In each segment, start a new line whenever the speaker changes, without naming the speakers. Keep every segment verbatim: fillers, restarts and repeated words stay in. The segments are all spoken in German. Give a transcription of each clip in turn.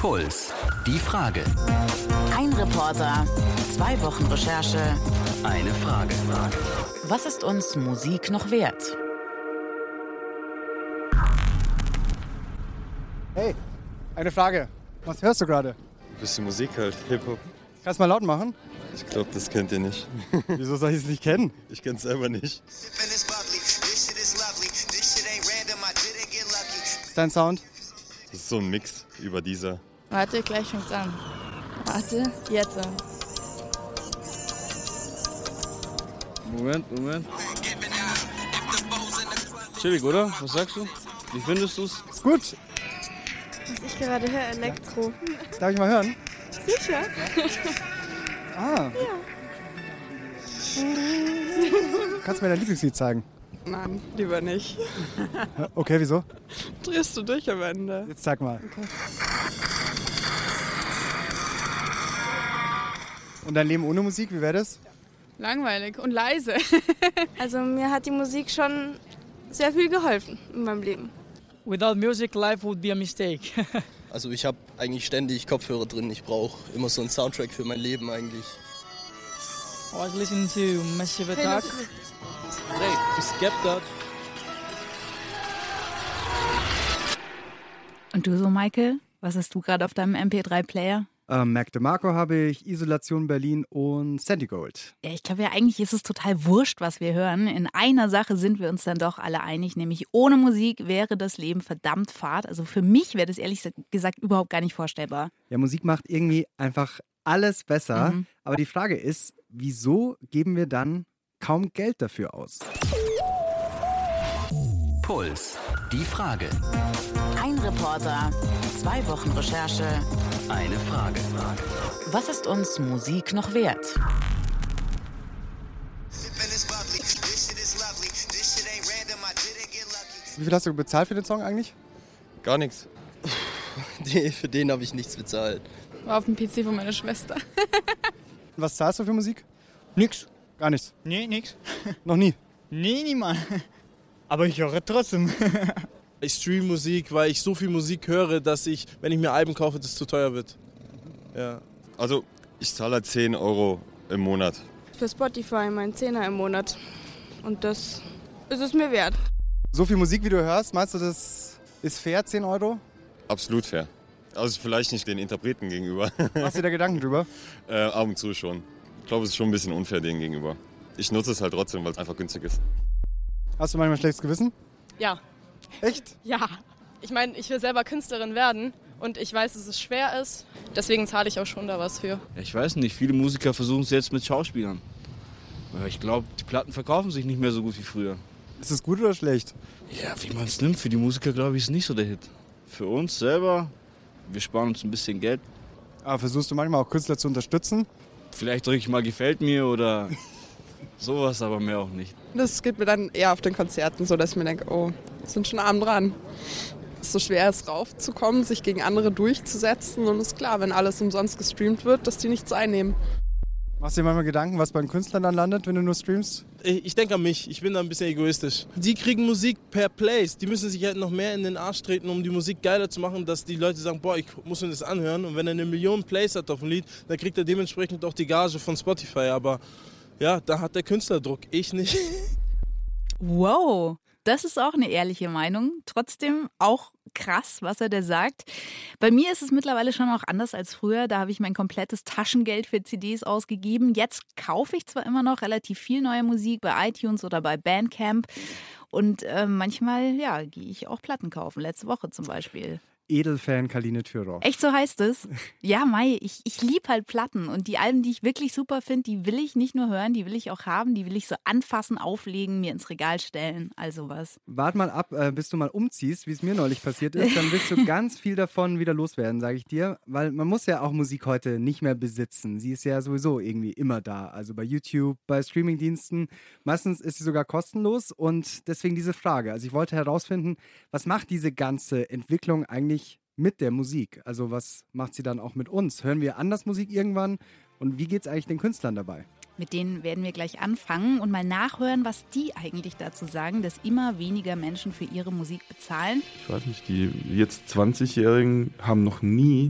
Puls. Die Frage.
Ein Reporter, zwei Wochen Recherche.
Eine Frage.
Was ist uns Musik noch wert?
Hey, eine Frage. Was hörst du gerade?
Ein bisschen Musik halt, Hip-Hop.
Kannst du mal laut machen?
Ich glaube, das kennt ihr nicht.
Wieso soll ich es nicht kennen?
Ich kenn's selber nicht.
Ist dein Sound?
Das ist so ein Mix über dieser.
Warte, gleich fängt's an. Warte, jetzt.
Moment, Moment. Chillig, oder? Was sagst du? Wie findest du's?
Ist gut.
Was ich gerade höre, Elektro.
Darf ich mal hören?
Sicher?
Ah.
Ja.
Kannst du mir dein Lieblingslied zeigen?
Nein, lieber nicht.
Okay, wieso?
Drehst du durch am Ende?
Jetzt zeig mal.
Okay.
Und dein Leben ohne Musik, wie wäre das?
Langweilig und leise.
Also mir hat die Musik schon sehr viel geholfen in meinem Leben.
Without music, life would be a mistake.
Also ich habe eigentlich ständig Kopfhörer drin. Ich brauche immer so einen Soundtrack für mein Leben eigentlich.
I was listening to Massive Attack.
Hey, Skepta.
Und du so, Michael? Was hast du gerade auf deinem M P drei Player?
Ähm, Mac DeMarco habe ich, Isolation Berlin und Sandy Gold.
Ja, ich glaube ja, eigentlich ist es total wurscht, was wir hören. In einer Sache sind wir uns dann doch alle einig, nämlich ohne Musik wäre das Leben verdammt fad. Also für mich wäre das ehrlich gesagt überhaupt gar nicht vorstellbar.
Ja, Musik macht irgendwie einfach alles besser.
Mhm.
Aber die Frage ist, wieso geben wir dann kaum Geld dafür aus?
Puls. Die Frage.
Ein Reporter, zwei Wochen Recherche.
Eine Frage.
Was ist uns Musik noch wert?
Wie viel hast du bezahlt für den Song eigentlich?
Gar nichts.
Nee, für den habe ich nichts bezahlt.
War auf dem P C von meiner Schwester.
Was zahlst du für Musik?
Nix.
Gar nichts.
Nee, nix.
Noch nie.
Nee, niemand. Aber ich höre trotzdem.
Ich streame Musik, weil ich so viel Musik höre, dass ich, wenn ich mir Alben kaufe, das zu teuer wird. Ja.
Also, ich zahle halt zehn Euro im Monat.
Für Spotify mein Zehner im Monat. Und das ist es mir wert.
So viel Musik, wie du hörst, meinst du, das ist fair, zehn Euro?
Absolut fair. Also vielleicht nicht den Interpreten gegenüber.
Machst du dir da Gedanken drüber?
äh, ab und zu schon. Ich glaube, es ist schon ein bisschen unfair denen gegenüber. Ich nutze es halt trotzdem, weil es einfach günstig ist.
Hast du manchmal schlechtes Gewissen?
Ja.
Echt?
Ja. Ich meine, ich will selber Künstlerin werden und ich weiß, dass es schwer ist. Deswegen zahle ich auch schon da was für.
Ja, ich weiß nicht, viele Musiker versuchen es jetzt mit Schauspielern. Aber ich glaube, die Platten verkaufen sich nicht mehr so gut wie früher.
Ist es gut oder schlecht?
Ja, wie man es nimmt, für die Musiker glaube ich ist nicht so der Hit. Für uns selber, wir sparen uns ein bisschen Geld.
Aber versuchst du manchmal auch Künstler zu unterstützen?
Vielleicht drücke ich mal gefällt mir oder sowas, aber mehr auch nicht.
Das geht mir dann eher auf den Konzerten so, dass ich mir denke, oh, wir sind schon arm dran. Es ist so schwer, es raufzukommen, sich gegen andere durchzusetzen. Und es ist klar, wenn alles umsonst gestreamt wird, dass die nichts einnehmen.
Machst du dir manchmal Gedanken, was bei den Künstlern dann landet, wenn du nur streamst?
Ich, ich denke an mich, ich bin da ein bisschen egoistisch. Die kriegen Musik per Plays, die müssen sich halt noch mehr in den Arsch treten, um die Musik geiler zu machen, dass die Leute sagen, boah, ich muss mir das anhören. Und wenn er eine Million Plays hat auf dem Lied, dann kriegt er dementsprechend auch die Gage von Spotify. Aber ja, da hat der Künstler Druck, ich nicht.
Wow, das ist auch eine ehrliche Meinung. Trotzdem auch krass, was er da sagt. Bei mir ist es mittlerweile schon auch anders als früher. Da habe ich mein komplettes Taschengeld für C Ds ausgegeben. Jetzt kaufe ich zwar immer noch relativ viel neue Musik bei iTunes oder bei Bandcamp. Und äh, manchmal, ja, gehe ich auch Platten kaufen. Letzte Woche zum Beispiel.
Edelfan Kaline Thürau.
Echt, so heißt es? Ja, Mai, ich, ich liebe halt Platten und die Alben, die ich wirklich super finde, die will ich nicht nur hören, die will ich auch haben, die will ich so anfassen, auflegen, mir ins Regal stellen, also was.
Wart mal ab, äh, bis du mal umziehst, wie es mir neulich passiert ist, dann wirst du ganz viel davon wieder loswerden, sage ich dir, weil man muss ja auch Musik heute nicht mehr besitzen. Sie ist ja sowieso irgendwie immer da, also bei YouTube, bei Streamingdiensten, meistens ist sie sogar kostenlos und deswegen diese Frage. Also ich wollte herausfinden, was macht diese ganze Entwicklung eigentlich mit der Musik? Also was macht sie dann auch mit uns? Hören wir anders Musik irgendwann? Und wie geht es eigentlich den Künstlern dabei?
Mit denen werden wir gleich anfangen und mal nachhören, was die eigentlich dazu sagen, dass immer weniger Menschen für ihre Musik bezahlen.
Ich weiß nicht, die jetzt zwanzigjährigen haben noch nie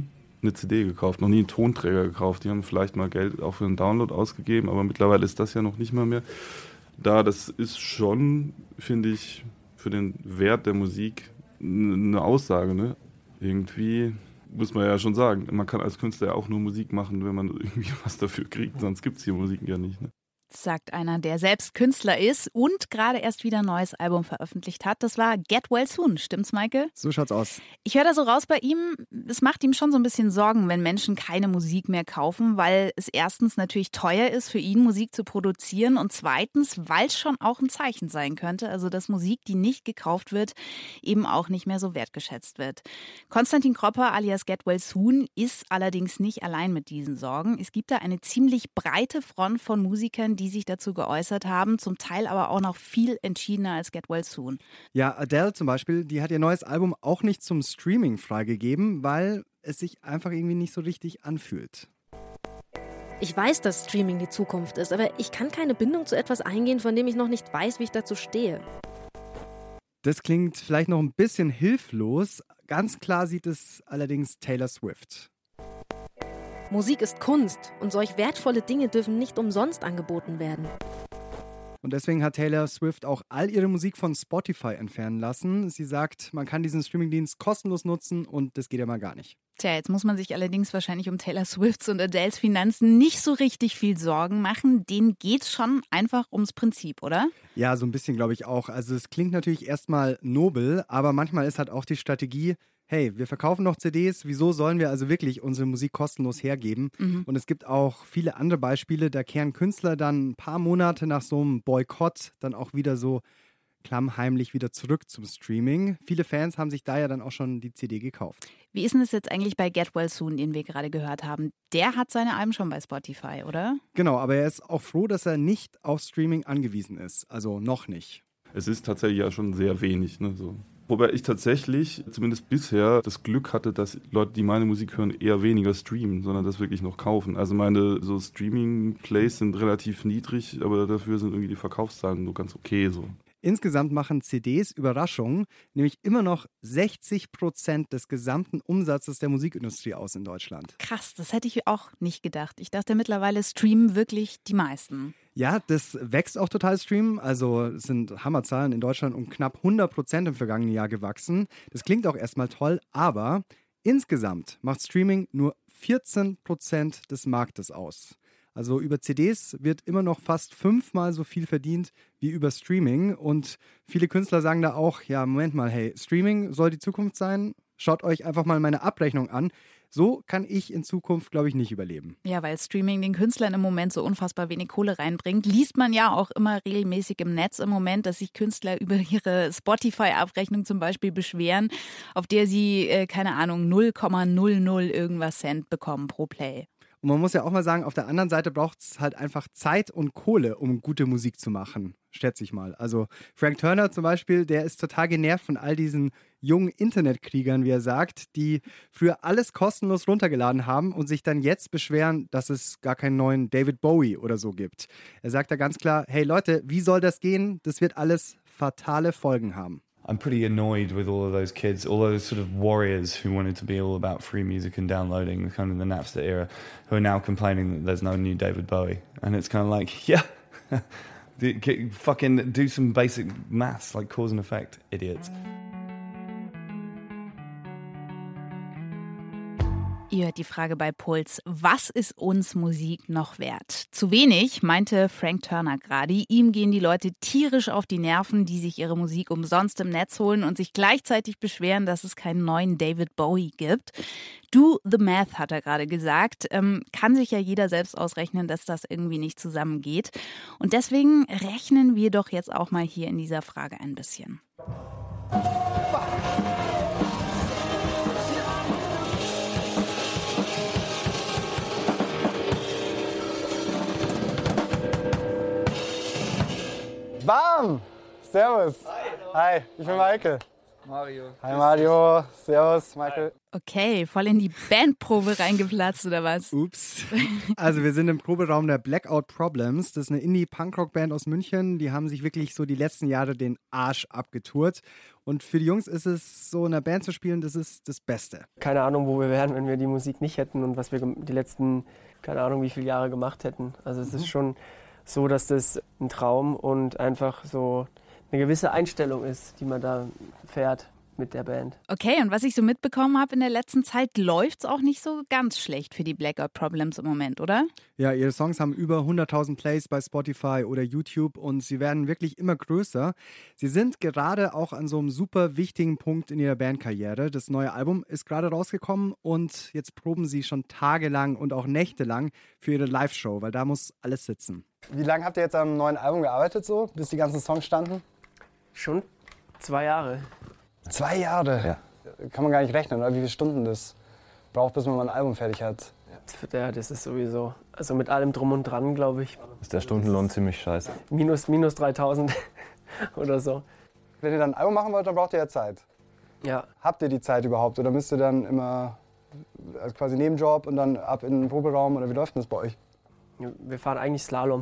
eine C D gekauft, noch nie einen Tonträger gekauft. Die haben vielleicht mal Geld auch für einen Download ausgegeben, aber mittlerweile ist das ja noch nicht mal mehr da. Das ist schon, finde ich, für den Wert der Musik eine Aussage, ne? Irgendwie muss man ja schon sagen, man kann als Künstler ja auch nur Musik machen, wenn man irgendwie was dafür kriegt, sonst gibt es hier Musik ja nicht, ne?
Sagt einer, der selbst Künstler ist und gerade erst wieder ein neues Album veröffentlicht hat. Das war Get Well Soon. Stimmt's, Michael?
So schaut's aus.
Ich höre da so raus bei ihm, es macht ihm schon so ein bisschen Sorgen, wenn Menschen keine Musik mehr kaufen, weil es erstens natürlich teuer ist, für ihn Musik zu produzieren und zweitens, weil es schon auch ein Zeichen sein könnte, also dass Musik, die nicht gekauft wird, eben auch nicht mehr so wertgeschätzt wird. Konstantin Kropper alias Get Well Soon ist allerdings nicht allein mit diesen Sorgen. Es gibt da eine ziemlich breite Front von Musikern, die sich dazu geäußert haben, zum Teil aber auch noch viel entschiedener als Get Well Soon.
Ja, Adele zum Beispiel, die hat ihr neues Album auch nicht zum Streaming freigegeben, weil es sich einfach irgendwie nicht so richtig anfühlt.
Ich weiß, dass Streaming die Zukunft ist, aber ich kann keine Bindung zu etwas eingehen, von dem ich noch nicht weiß, wie ich dazu stehe.
Das klingt vielleicht noch ein bisschen hilflos. Ganz klar sieht es allerdings Taylor Swift.
Musik ist Kunst und solch wertvolle Dinge dürfen nicht umsonst angeboten werden.
Und deswegen hat Taylor Swift auch all ihre Musik von Spotify entfernen lassen. Sie sagt, man kann diesen Streamingdienst kostenlos nutzen und das geht ja mal gar nicht.
Tja, jetzt muss man sich allerdings wahrscheinlich um Taylor Swifts und Adeles Finanzen nicht so richtig viel Sorgen machen. Denen geht's schon einfach ums Prinzip, oder?
Ja, so ein bisschen glaube ich auch. Also es klingt natürlich erstmal nobel, aber manchmal ist halt auch die Strategie, hey, wir verkaufen noch C Ds, wieso sollen wir also wirklich unsere Musik kostenlos hergeben? Mhm. Und es gibt auch viele andere Beispiele, da kehren Künstler dann ein paar Monate nach so einem Boykott dann auch wieder so klammheimlich wieder zurück zum Streaming. Viele Fans haben sich da ja dann auch schon die C D gekauft.
Wie ist denn es jetzt eigentlich bei Get Well Soon, den wir gerade gehört haben? Der hat seine Alben schon bei Spotify, oder?
Genau, aber er ist auch froh, dass er nicht auf Streaming angewiesen ist. Also noch nicht.
Es ist tatsächlich ja schon sehr wenig, ne, so. Wobei ich tatsächlich, zumindest bisher, das Glück hatte, dass Leute, die meine Musik hören, eher weniger streamen, sondern das wirklich noch kaufen. Also meine so Streaming-Plays sind relativ niedrig, aber dafür sind irgendwie die Verkaufszahlen so ganz okay so.
Insgesamt machen C Ds, Überraschung, nämlich immer noch sechzig Prozent des gesamten Umsatzes der Musikindustrie aus in Deutschland.
Krass, das hätte ich auch nicht gedacht. Ich dachte, mittlerweile streamen wirklich die meisten.
Ja, das wächst auch total, Stream. Also es sind Hammerzahlen in Deutschland um knapp hundert Prozent im vergangenen Jahr gewachsen. Das klingt auch erstmal toll, aber insgesamt macht Streaming nur vierzehn Prozent des Marktes aus. Also über C Ds wird immer noch fast fünfmal so viel verdient wie über Streaming. Und viele Künstler sagen da auch, ja, Moment mal, hey, Streaming soll die Zukunft sein? Schaut euch einfach mal meine Abrechnung an. So kann ich in Zukunft, glaube ich, nicht überleben.
Ja, weil Streaming den Künstlern im Moment so unfassbar wenig Kohle reinbringt, liest man ja auch immer regelmäßig im Netz im Moment, dass sich Künstler über ihre Spotify-Abrechnung zum Beispiel beschweren, auf der sie, äh, keine Ahnung, null Komma null null irgendwas Cent bekommen pro Play.
Und man muss ja auch mal sagen, auf der anderen Seite braucht es halt einfach Zeit und Kohle, um gute Musik zu machen, schätze ich mal. Also Frank Turner zum Beispiel, der ist total genervt von all diesen jungen Internetkriegern, wie er sagt, die früher alles kostenlos runtergeladen haben und sich dann jetzt beschweren, dass es gar keinen neuen David Bowie oder so gibt. Er sagt da ganz klar, hey Leute, wie soll das gehen? Das wird alles fatale Folgen haben.
I'm pretty annoyed with all of those kids, all those sort of warriors who wanted to be all about free music and downloading, kind of the Napster era, who are now complaining that there's no new David Bowie. And it's kind of like, yeah, fucking do some basic maths, like cause and effect, idiots.
Ihr hört die Frage bei Puls, was ist uns Musik noch wert? Zu wenig, meinte Frank Turner gerade. Ihm gehen die Leute tierisch auf die Nerven, die sich ihre Musik umsonst im Netz holen und sich gleichzeitig beschweren, dass es keinen neuen David Bowie gibt. Do the math, hat er gerade gesagt. Ähm, kann sich ja jeder selbst ausrechnen, dass das irgendwie nicht zusammengeht. Und deswegen rechnen wir doch jetzt auch mal hier in dieser Frage ein bisschen.
Bam! Servus. Hi. Hi, ich bin Michael. Mario.
Hi Mario, servus Michael.
Okay, voll in die Bandprobe reingeplatzt oder was?
Ups. Also wir sind im Proberaum der Blackout Problems. Das ist eine Indie-Punkrock-Band aus München. Die haben sich wirklich so die letzten Jahre den Arsch abgetourt. Und für die Jungs ist es so, in einer Band zu spielen, das ist das Beste.
Keine Ahnung, wo wir wären, wenn wir die Musik nicht hätten und was wir die letzten, keine Ahnung, wie viele Jahre gemacht hätten. Also es mhm. ist schon so, dass das ein Traum und einfach so eine gewisse Einstellung ist, die man da fährt mit der Band.
Okay, und was ich so mitbekommen habe in der letzten Zeit, läuft es auch nicht so ganz schlecht für die Blackout Problems im Moment, oder?
Ja, ihre Songs haben über hunderttausend Plays bei Spotify oder YouTube und sie werden wirklich immer größer. Sie sind gerade auch an so einem super wichtigen Punkt in ihrer Bandkarriere. Das neue Album ist gerade rausgekommen und jetzt proben sie schon tagelang und auch nächtelang für ihre Live-Show, weil da muss alles sitzen.
Wie lange habt ihr jetzt am neuen Album gearbeitet, so, bis die ganzen Songs standen?
Schon zwei Jahre.
Zwei Jahre? Ja. Kann man gar nicht rechnen, oder? Wie viele Stunden das braucht, bis man mal ein Album fertig hat.
Ja, das ist sowieso, also mit allem drum und dran, glaube ich.
Ist der Stundenlohn ziemlich scheiße.
Minus, minus dreitausend oder so.
Wenn ihr dann ein Album machen wollt, dann braucht ihr ja Zeit.
Ja.
Habt ihr die Zeit überhaupt? Oder müsst ihr dann immer also quasi Nebenjob und dann ab in den Proberaum? Oder wie läuft denn das bei euch?
Wir fahren eigentlich Slalom.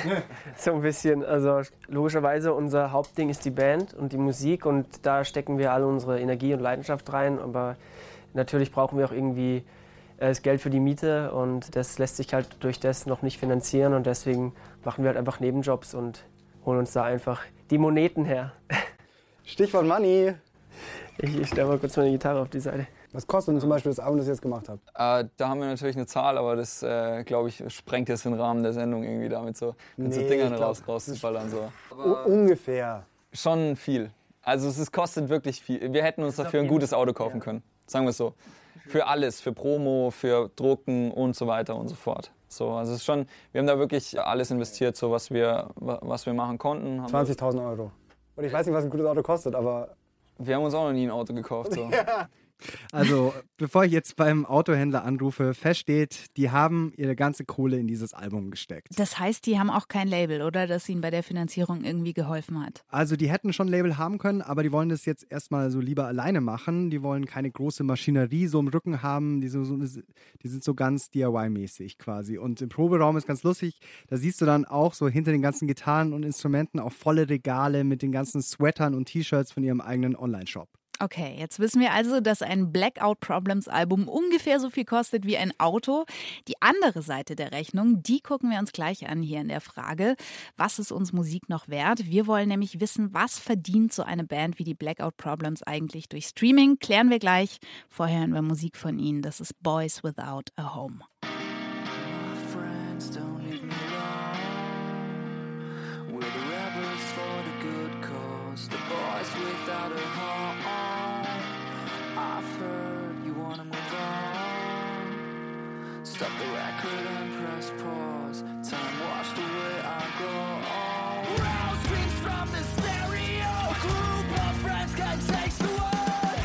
So ein bisschen. Also logischerweise unser Hauptding ist die Band und die Musik und da stecken wir alle unsere Energie und Leidenschaft rein. Aber natürlich brauchen wir auch irgendwie das Geld für die Miete und das lässt sich halt durch das noch nicht finanzieren und deswegen machen wir halt einfach Nebenjobs und holen uns da einfach die Moneten her.
Stichwort Money.
Ich, ich stelle mal kurz meine Gitarre auf die Seite.
Was kostet denn zum Beispiel das Album, das ihr jetzt gemacht habt?
Äh, da haben wir natürlich eine Zahl, aber das, äh, glaube ich, sprengt jetzt den Rahmen der Sendung irgendwie damit so, mit
nee,
so Dingern
glaub,
raus, rauszuballern. So.
Ungefähr.
Schon viel. Also es kostet wirklich viel. Wir hätten uns dafür ein gutes Auto kaufen können, sagen wir es so. Für alles, für Promo, für Drucken und so weiter und so fort. So, also es ist schon, wir haben da wirklich alles investiert, so was wir, was wir machen konnten.
zwanzigtausend Euro. Und ich weiß nicht, was ein gutes Auto kostet, aber...
Wir haben uns auch noch nie ein Auto gekauft. So.
Ja.
Also, bevor ich jetzt beim Autohändler anrufe, feststeht, die haben ihre ganze Kohle in dieses Album gesteckt.
Das heißt, die haben auch kein Label, oder? Das ihnen bei der Finanzierung irgendwie geholfen hat.
Also, die hätten schon ein Label haben können, aber die wollen das jetzt erstmal so lieber alleine machen. Die wollen keine große Maschinerie so im Rücken haben. Die, so, die sind so ganz D I Y-mäßig quasi. Und im Proberaum ist ganz lustig, da siehst du dann auch so hinter den ganzen Gitarren und Instrumenten auch volle Regale mit den ganzen Sweatern und T-Shirts von ihrem eigenen Online-Shop.
Okay, jetzt wissen wir also, dass ein Blackout Problems Album ungefähr so viel kostet wie ein Auto. Die andere Seite der Rechnung, die gucken wir uns gleich an hier in der Frage, was ist uns Musik noch wert? Wir wollen nämlich wissen, was verdient so eine Band wie die Blackout Problems eigentlich durch Streaming? Klären wir gleich. Vorher hören wir Musik von ihnen. Das ist Boys Without a Home.
Stop the record and press pause. Time washed away our goal. Round screams from the stereo. A group of friends can take the words.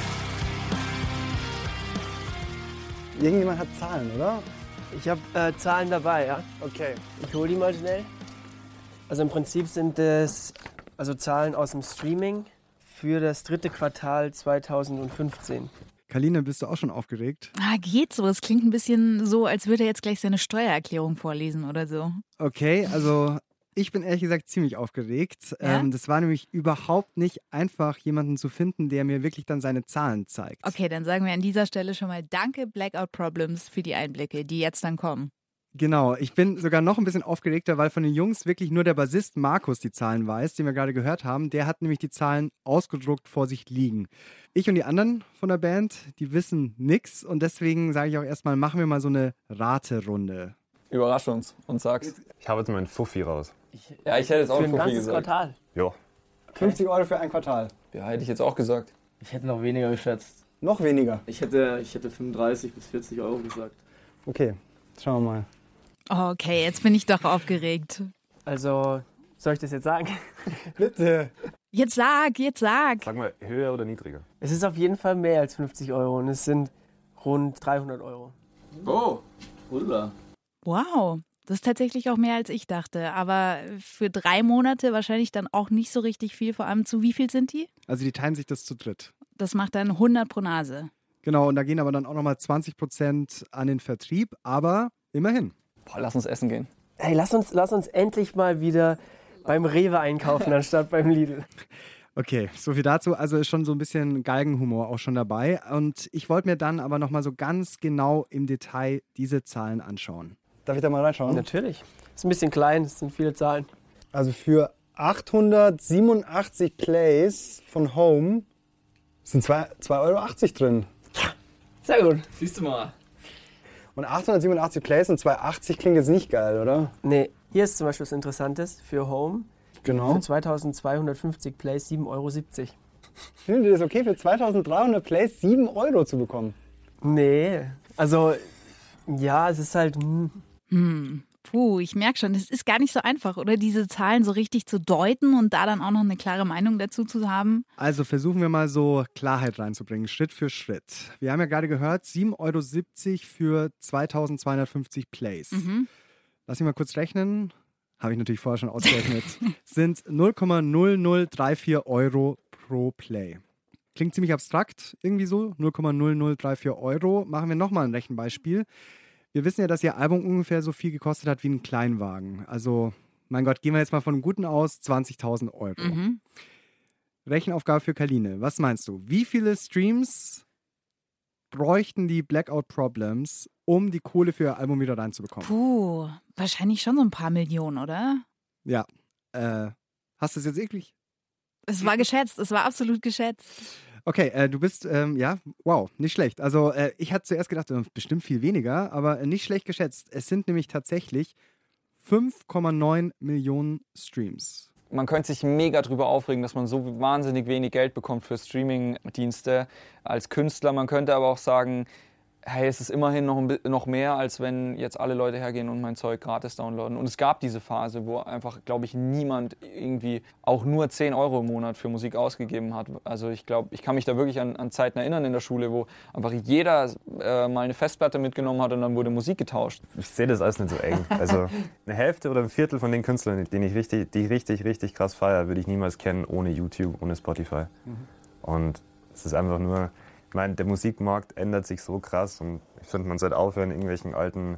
Irgendjemand hat Zahlen, oder?
Ich habe äh, Zahlen dabei, ja.
Okay.
Ich hole die mal schnell. Also im Prinzip sind es also Zahlen aus dem Streaming für das dritte Quartal zweitausendfünfzehn.
Kaline, bist du auch schon aufgeregt?
Ah, geht so. Es klingt ein bisschen so, als würde er jetzt gleich seine Steuererklärung vorlesen oder so.
Okay, also ich bin ehrlich gesagt ziemlich aufgeregt.
Ja?
Ähm, das war nämlich überhaupt nicht einfach, jemanden zu finden, der mir wirklich dann seine Zahlen zeigt.
Okay, dann sagen wir an dieser Stelle schon mal Danke Blackout Problems für die Einblicke, die jetzt dann kommen.
Genau, ich bin sogar noch ein bisschen aufgeregter, weil von den Jungs wirklich nur der Bassist Markus die Zahlen weiß, den wir gerade gehört haben. Der hat nämlich die Zahlen ausgedruckt vor sich liegen. Ich und die anderen von der Band, die wissen nix und deswegen sage ich auch erstmal, machen wir mal so eine Raterunde.
Überrasch uns und sag's.
Ich habe jetzt meinen Fuffi raus.
Ich, ja, ich hätte jetzt auch
für
ein
ein
Fuffi
ganzes
gesagt.
Quartal.
Jo.
fünfzig Euro für ein Quartal.
Ja, hätte ich jetzt auch gesagt.
Ich hätte noch weniger geschätzt.
Noch weniger?
Ich hätte, ich hätte fünfunddreißig bis vierzig Euro gesagt.
Okay, schauen wir mal.
Okay, jetzt bin ich doch aufgeregt.
Also, soll ich das jetzt sagen?
Bitte.
Jetzt sag, jetzt sag.
Sag mal, höher oder niedriger?
Es ist auf jeden Fall mehr als fünfzig Euro und es sind rund dreihundert Euro.
Oh, Wunder.
Wow, das ist tatsächlich auch mehr als ich dachte. Aber für drei Monate wahrscheinlich dann auch nicht so richtig viel. Vor allem zu wie viel sind die?
Also die teilen sich das zu dritt.
Das macht dann hundert pro Nase.
Genau, und da gehen aber dann auch nochmal zwanzig Prozent an den Vertrieb, aber immerhin.
Boah, lass uns essen gehen.
Hey, lass uns, lass uns endlich mal wieder beim Rewe einkaufen, anstatt beim Lidl.
Okay, so viel dazu. Also ist schon so ein bisschen Galgenhumor auch schon dabei. Und ich wollte mir dann aber nochmal so ganz genau im Detail diese Zahlen anschauen.
Darf ich da mal reinschauen?
Natürlich. Ist ein bisschen klein, es sind viele Zahlen.
Also für achthundertsiebenundachtzig Plays von Home sind zwei Euro achtzig drin.
Sehr gut.
Siehst du mal.
Und achthundertsiebenundachtzig Plays und zwei Euro achtzig klingt jetzt nicht geil, oder?
Nee, hier ist zum Beispiel was Interessantes für Home.
Genau.
Für zweitausendzweihundertfünfzig Plays sieben Euro siebzig.
Findet ihr das okay, für zweitausenddreihundert Plays sieben Euro zu bekommen?
Nee, also ja, es ist halt... Hm.
Hm. Puh, ich merke schon, es ist gar nicht so einfach, oder diese Zahlen so richtig zu deuten und da dann auch noch eine klare Meinung dazu zu haben.
Also versuchen wir mal so Klarheit reinzubringen, Schritt für Schritt. Wir haben ja gerade gehört, sieben Euro siebzig für zweitausendzweihundertfünfzig Plays.
Mhm.
Lass mich mal kurz rechnen. Habe ich natürlich vorher schon ausgerechnet. Sind null Komma null null drei vier Euro pro Play. Klingt ziemlich abstrakt, irgendwie so. null Komma null null drei vier Euro. Machen wir nochmal ein Rechenbeispiel. Wir wissen ja, dass Ihr Album ungefähr so viel gekostet hat wie ein Kleinwagen. Also, mein Gott, gehen wir jetzt mal von einem guten aus, zwanzigtausend Euro.
Mhm.
Rechenaufgabe für Kaline. Was meinst du? Wie viele Streams bräuchten die Blackout Problems, um die Kohle für Ihr Album wieder reinzubekommen?
Puh, wahrscheinlich schon so ein paar Millionen, oder?
Ja. Äh, hast du es jetzt eklig?
Es war geschätzt, es war absolut geschätzt.
Okay, äh, du bist, ähm, ja, wow, nicht schlecht. Also äh, ich hatte zuerst gedacht, äh, bestimmt viel weniger, aber äh, nicht schlecht geschätzt. Es sind nämlich tatsächlich fünf Komma neun Millionen Streams.
Man könnte sich mega drüber aufregen, dass man so wahnsinnig wenig Geld bekommt für Streaming-Dienste als Künstler. Man könnte aber auch sagen, hey, es ist immerhin noch, ein, noch mehr, als wenn jetzt alle Leute hergehen und mein Zeug gratis downloaden. Und es gab diese Phase, wo einfach, glaube ich, niemand irgendwie auch nur zehn Euro im Monat für Musik ausgegeben hat. Also ich glaube, ich kann mich da wirklich an, an Zeiten erinnern in der Schule, wo einfach jeder äh, mal eine Festplatte mitgenommen hat und dann wurde Musik getauscht.
Ich sehe das alles nicht so eng. Also eine Hälfte oder ein Viertel von den Künstlern, die ich richtig, die richtig, richtig krass feiere, würde ich niemals kennen ohne YouTube, ohne Spotify. Mhm. Und es ist einfach nur... Ich meine, der Musikmarkt ändert sich so krass und ich finde, man sollte aufhören, irgendwelchen alten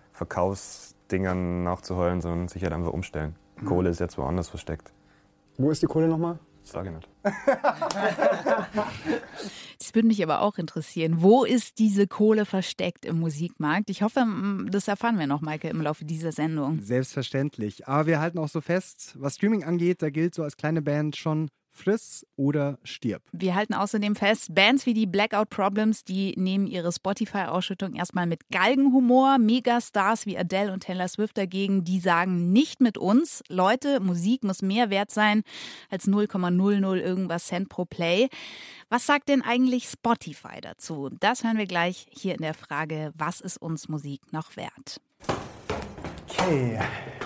Verkaufsdingern nachzuheulen, sondern sich halt einfach umstellen. Die Kohle ist jetzt woanders versteckt.
Wo ist die Kohle nochmal?
Das sage ich nicht.
Das würde mich aber auch interessieren. Wo ist diese Kohle versteckt im Musikmarkt? Ich hoffe, das erfahren wir noch, Maike, im Laufe dieser Sendung.
Selbstverständlich. Aber wir halten auch so fest, was Streaming angeht, da gilt so als kleine Band schon: friss oder stirb.
Wir halten außerdem fest, Bands wie die Blackout Problems, die nehmen ihre Spotify-Ausschüttung erstmal mit Galgenhumor. Megastars wie Adele und Taylor Swift dagegen, die sagen nicht mit uns. Leute, Musik muss mehr wert sein als null Komma null null irgendwas Cent pro Play. Was sagt denn eigentlich Spotify dazu? Das hören wir gleich hier in der Frage, was ist uns Musik noch wert?
Okay.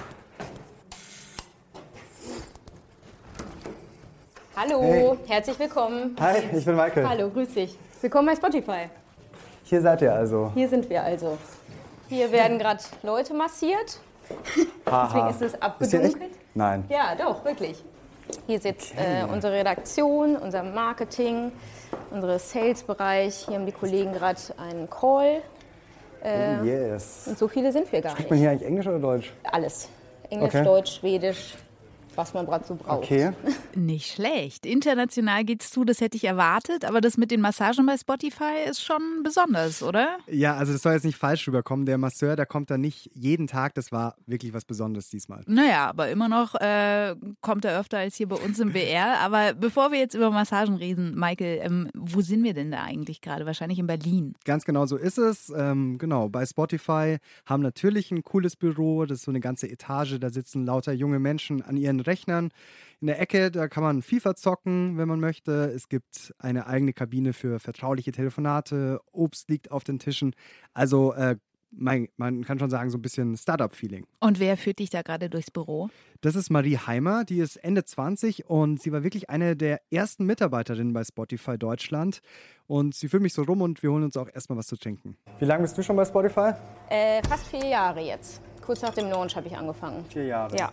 Hallo,
hey.
Herzlich willkommen.
Hi, ich bin Michael.
Hallo, grüß dich. Willkommen bei Spotify.
Hier seid ihr also.
Hier sind wir also. Hier werden gerade Leute massiert. Deswegen ist es abgedunkelt.
Nein.
Ja, doch, wirklich. Hier sitzt okay. äh, unsere Redaktion, unser Marketing, unser Sales-Bereich. Hier haben die Kollegen gerade einen Call. Äh,
oh yes.
Und so viele sind wir gar
Spricht
nicht.
man hier eigentlich Englisch oder Deutsch?
Alles. Englisch,
okay.
Deutsch, Schwedisch. Was man gerade so braucht.
Okay.
Nicht schlecht. International geht's zu, das hätte ich erwartet, aber das mit den Massagen bei Spotify ist schon besonders, oder?
Ja, also das soll jetzt nicht falsch rüberkommen. Der Masseur, der kommt da nicht jeden Tag, das war wirklich was Besonderes diesmal.
Naja, aber immer noch äh, kommt er öfter als hier bei uns im B R. Aber bevor wir jetzt über Massagen reden, Michael, ähm, wo sind wir denn da eigentlich gerade? Wahrscheinlich in Berlin.
Ganz genau so ist es. Ähm, genau, bei Spotify haben natürlich ein cooles Büro, das ist so eine ganze Etage, da sitzen lauter junge Menschen an ihren Rechnern. In der Ecke, da kann man FIFA zocken, wenn man möchte. Es gibt eine eigene Kabine für vertrauliche Telefonate. Obst liegt auf den Tischen. Also äh, man, man kann schon sagen, so ein bisschen Startup-Feeling.
Und wer führt dich da gerade durchs Büro?
Das ist Marie Heimer, die ist Ende zwanzig und sie war wirklich eine der ersten Mitarbeiterinnen bei Spotify Deutschland. Und sie führt mich so rum und wir holen uns auch erstmal was zu trinken.
Wie lange bist du schon bei Spotify?
Äh, fast vier Jahre jetzt. Kurz nach dem Launch habe ich angefangen.
Vier Jahre?
Ja.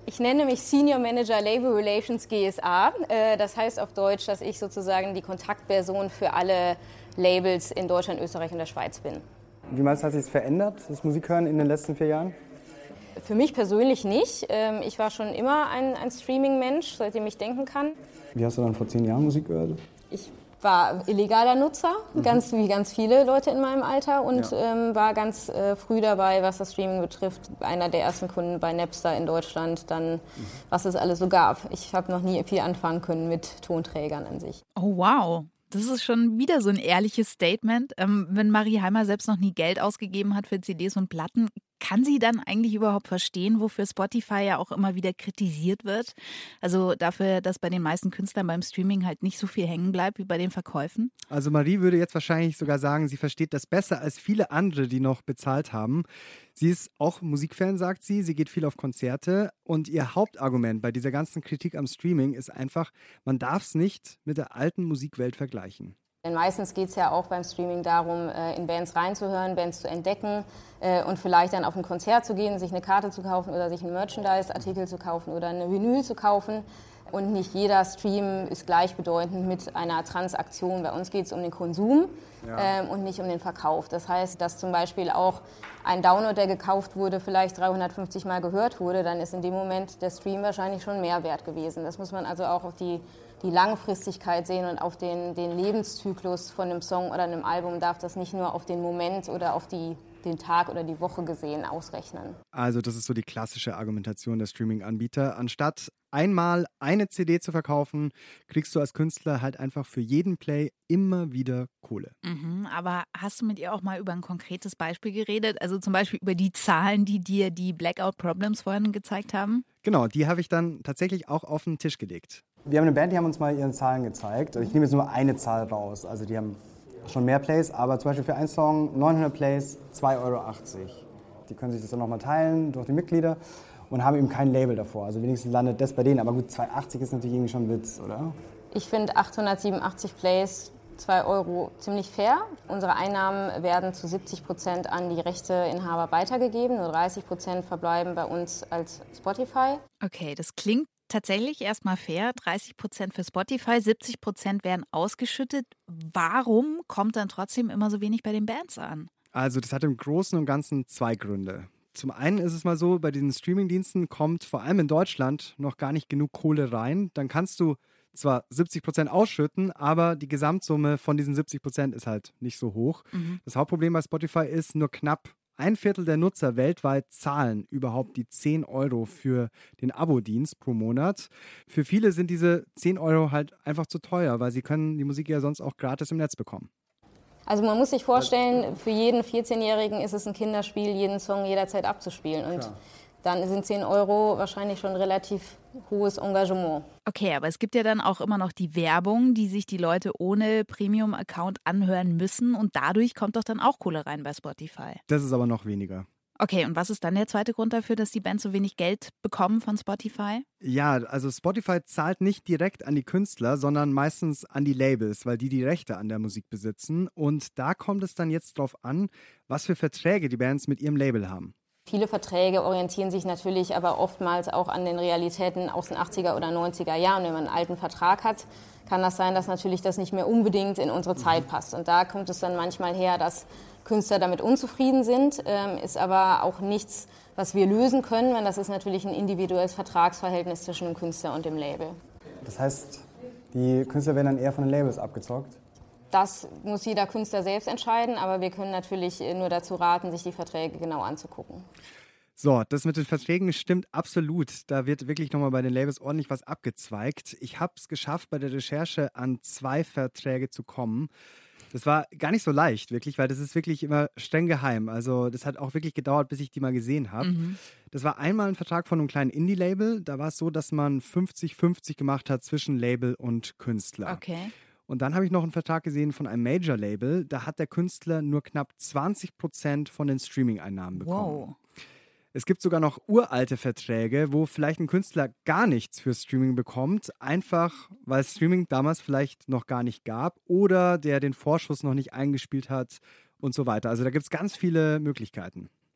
Ich nenne mich Senior Manager Label Relations G S A. Äh, Das heißt auf Deutsch, dass ich sozusagen die Kontaktperson für alle Labels in Deutschland, Österreich und der Schweiz bin.
Wie meinst du, hat sich das verändert, das Musikhören in den letzten vier Jahren?
Für mich persönlich nicht. Ähm, Ich war schon immer ein, ein Streaming-Mensch, seitdem ich denken kann.
Wie hast du dann vor zehn Jahren Musik gehört?
Ich war illegaler Nutzer, mhm. ganz wie ganz viele Leute in meinem Alter und ja. ähm, war ganz äh, früh dabei, was das Streaming betrifft. Einer der ersten Kunden bei Napster in Deutschland, dann mhm. was es alles so gab. Ich habe noch nie viel anfangen können mit Tonträgern an sich.
Oh wow, das ist schon wieder so ein ehrliches Statement. Ähm, wenn Marie Heimer selbst noch nie Geld ausgegeben hat für C Ds und Platten, kann sie dann eigentlich überhaupt verstehen, wofür Spotify ja auch immer wieder kritisiert wird? Also dafür, dass bei den meisten Künstlern beim Streaming halt nicht so viel hängen bleibt wie bei den Verkäufen?
Also Marie würde jetzt wahrscheinlich sogar sagen, sie versteht das besser als viele andere, die noch bezahlt haben. Sie ist auch Musikfan, sagt sie. Sie geht viel auf Konzerte. Und ihr Hauptargument bei dieser ganzen Kritik am Streaming ist einfach, man darf es nicht mit der alten Musikwelt vergleichen.
Denn meistens geht es ja auch beim Streaming darum, in Bands reinzuhören, Bands zu entdecken und vielleicht dann auf ein Konzert zu gehen, sich eine Karte zu kaufen oder sich einen Merchandise-Artikel zu kaufen oder eine Vinyl zu kaufen. Und nicht jeder Stream ist gleichbedeutend mit einer Transaktion. Bei uns geht es um den Konsum ja. ähm, und nicht um den Verkauf. Das heißt, dass zum Beispiel auch ein Download, der gekauft wurde, vielleicht dreihundertfünfzig Mal gehört wurde, dann ist in dem Moment der Stream wahrscheinlich schon mehr wert gewesen. Das muss man also auch auf die, die Langfristigkeit sehen und auf den, den Lebenszyklus von einem Song oder einem Album darf das nicht nur auf den Moment oder auf die den Tag oder die Woche gesehen ausrechnen.
Also das ist so die klassische Argumentation der Streaming-Anbieter. Anstatt einmal eine C D zu verkaufen, kriegst du als Künstler halt einfach für jeden Play immer wieder Kohle.
Mhm, aber hast du mit ihr auch mal über ein konkretes Beispiel geredet? Also zum Beispiel über die Zahlen, die dir die Blackout Problems vorhin gezeigt haben?
Genau, die habe ich dann tatsächlich auch auf den Tisch gelegt.
Wir haben eine Band, die haben uns mal ihre Zahlen gezeigt. Ich nehme jetzt nur eine Zahl raus. Also die haben schon mehr Plays, aber zum Beispiel für einen Song neunhundert Plays, zwei Euro achtzig. Die können sich das dann nochmal teilen durch die Mitglieder und haben eben kein Label davor. Also wenigstens landet das bei denen. Aber gut, zwei Euro achtzig ist natürlich irgendwie schon ein Witz, oder?
Ich finde achthundertsiebenundachtzig Plays, zwei Euro ziemlich fair. Unsere Einnahmen werden zu siebzig Prozent an die Rechteinhaber weitergegeben. Nur dreißig Prozent verbleiben bei uns als Spotify.
Okay, das klingt tatsächlich erstmal fair. dreißig Prozent für Spotify, siebzig Prozent werden ausgeschüttet. Warum kommt dann trotzdem immer so wenig bei den Bands an?
Also das hat im Großen und Ganzen zwei Gründe. Zum einen ist es mal so, bei diesen Streamingdiensten kommt vor allem in Deutschland noch gar nicht genug Kohle rein. Dann kannst du zwar siebzig Prozent ausschütten, aber die Gesamtsumme von diesen siebzig Prozent ist halt nicht so hoch. Mhm. Das Hauptproblem bei Spotify ist, nur knapp ein Viertel der Nutzer weltweit zahlen überhaupt die zehn Euro für den Abo-Dienst pro Monat. Für viele sind diese zehn Euro halt einfach zu teuer, weil sie können die Musik ja sonst auch gratis im Netz bekommen.
Also man muss sich vorstellen, für jeden vierzehnjährigen ist es ein Kinderspiel, jeden Song jederzeit abzuspielen. Und Klar. dann sind zehn Euro wahrscheinlich schon relativ hohes Engagement.
Okay, aber es gibt ja dann auch immer noch die Werbung, die sich die Leute ohne Premium-Account anhören müssen. Und dadurch kommt doch dann auch Kohle rein bei Spotify.
Das ist aber noch weniger.
Okay, und was ist dann der zweite Grund dafür, dass die Bands so wenig Geld bekommen von Spotify?
Ja, also Spotify zahlt nicht direkt an die Künstler, sondern meistens an die Labels, weil die die Rechte an der Musik besitzen. Und da kommt es dann jetzt drauf an, was für Verträge die Bands mit ihrem Label haben.
Viele Verträge orientieren sich natürlich aber oftmals auch an den Realitäten aus den achtziger oder neunziger Jahren. Wenn man einen alten Vertrag hat, kann das sein, dass natürlich das nicht mehr unbedingt in unsere Zeit passt. Und da kommt es dann manchmal her, dass Künstler damit unzufrieden sind, ähm, ist aber auch nichts, was wir lösen können, weil das ist natürlich ein individuelles Vertragsverhältnis zwischen dem Künstler und dem Label.
Das heißt, die Künstler werden dann eher von den Labels abgezockt?
Das muss jeder Künstler selbst entscheiden, aber wir können natürlich nur dazu raten, sich die Verträge genau anzugucken.
So, das mit den Verträgen stimmt absolut. Da wird wirklich nochmal bei den Labels ordentlich was abgezweigt. Ich habe es geschafft, bei der Recherche an zwei Verträge zu kommen. Das war gar nicht so leicht, wirklich, weil das ist wirklich immer streng geheim. Also das hat auch wirklich gedauert, bis ich die mal gesehen habe. Mhm. Das war einmal ein Vertrag von einem kleinen Indie-Label. Da war es so, dass man fünfzig fünfzig gemacht hat zwischen Label und Künstler.
Okay.
Und dann habe ich noch einen Vertrag gesehen von einem Major-Label. Da hat der Künstler nur knapp zwanzig Prozent von den Streaming-Einnahmen bekommen. Wow. Es gibt sogar noch uralte Verträge, wo vielleicht ein Künstler gar nichts für Streaming bekommt, einfach weil Streaming damals vielleicht noch gar nicht gab oder der den Vorschuss noch nicht eingespielt hat und so weiter. Also da gibt es ganz viele Möglichkeiten.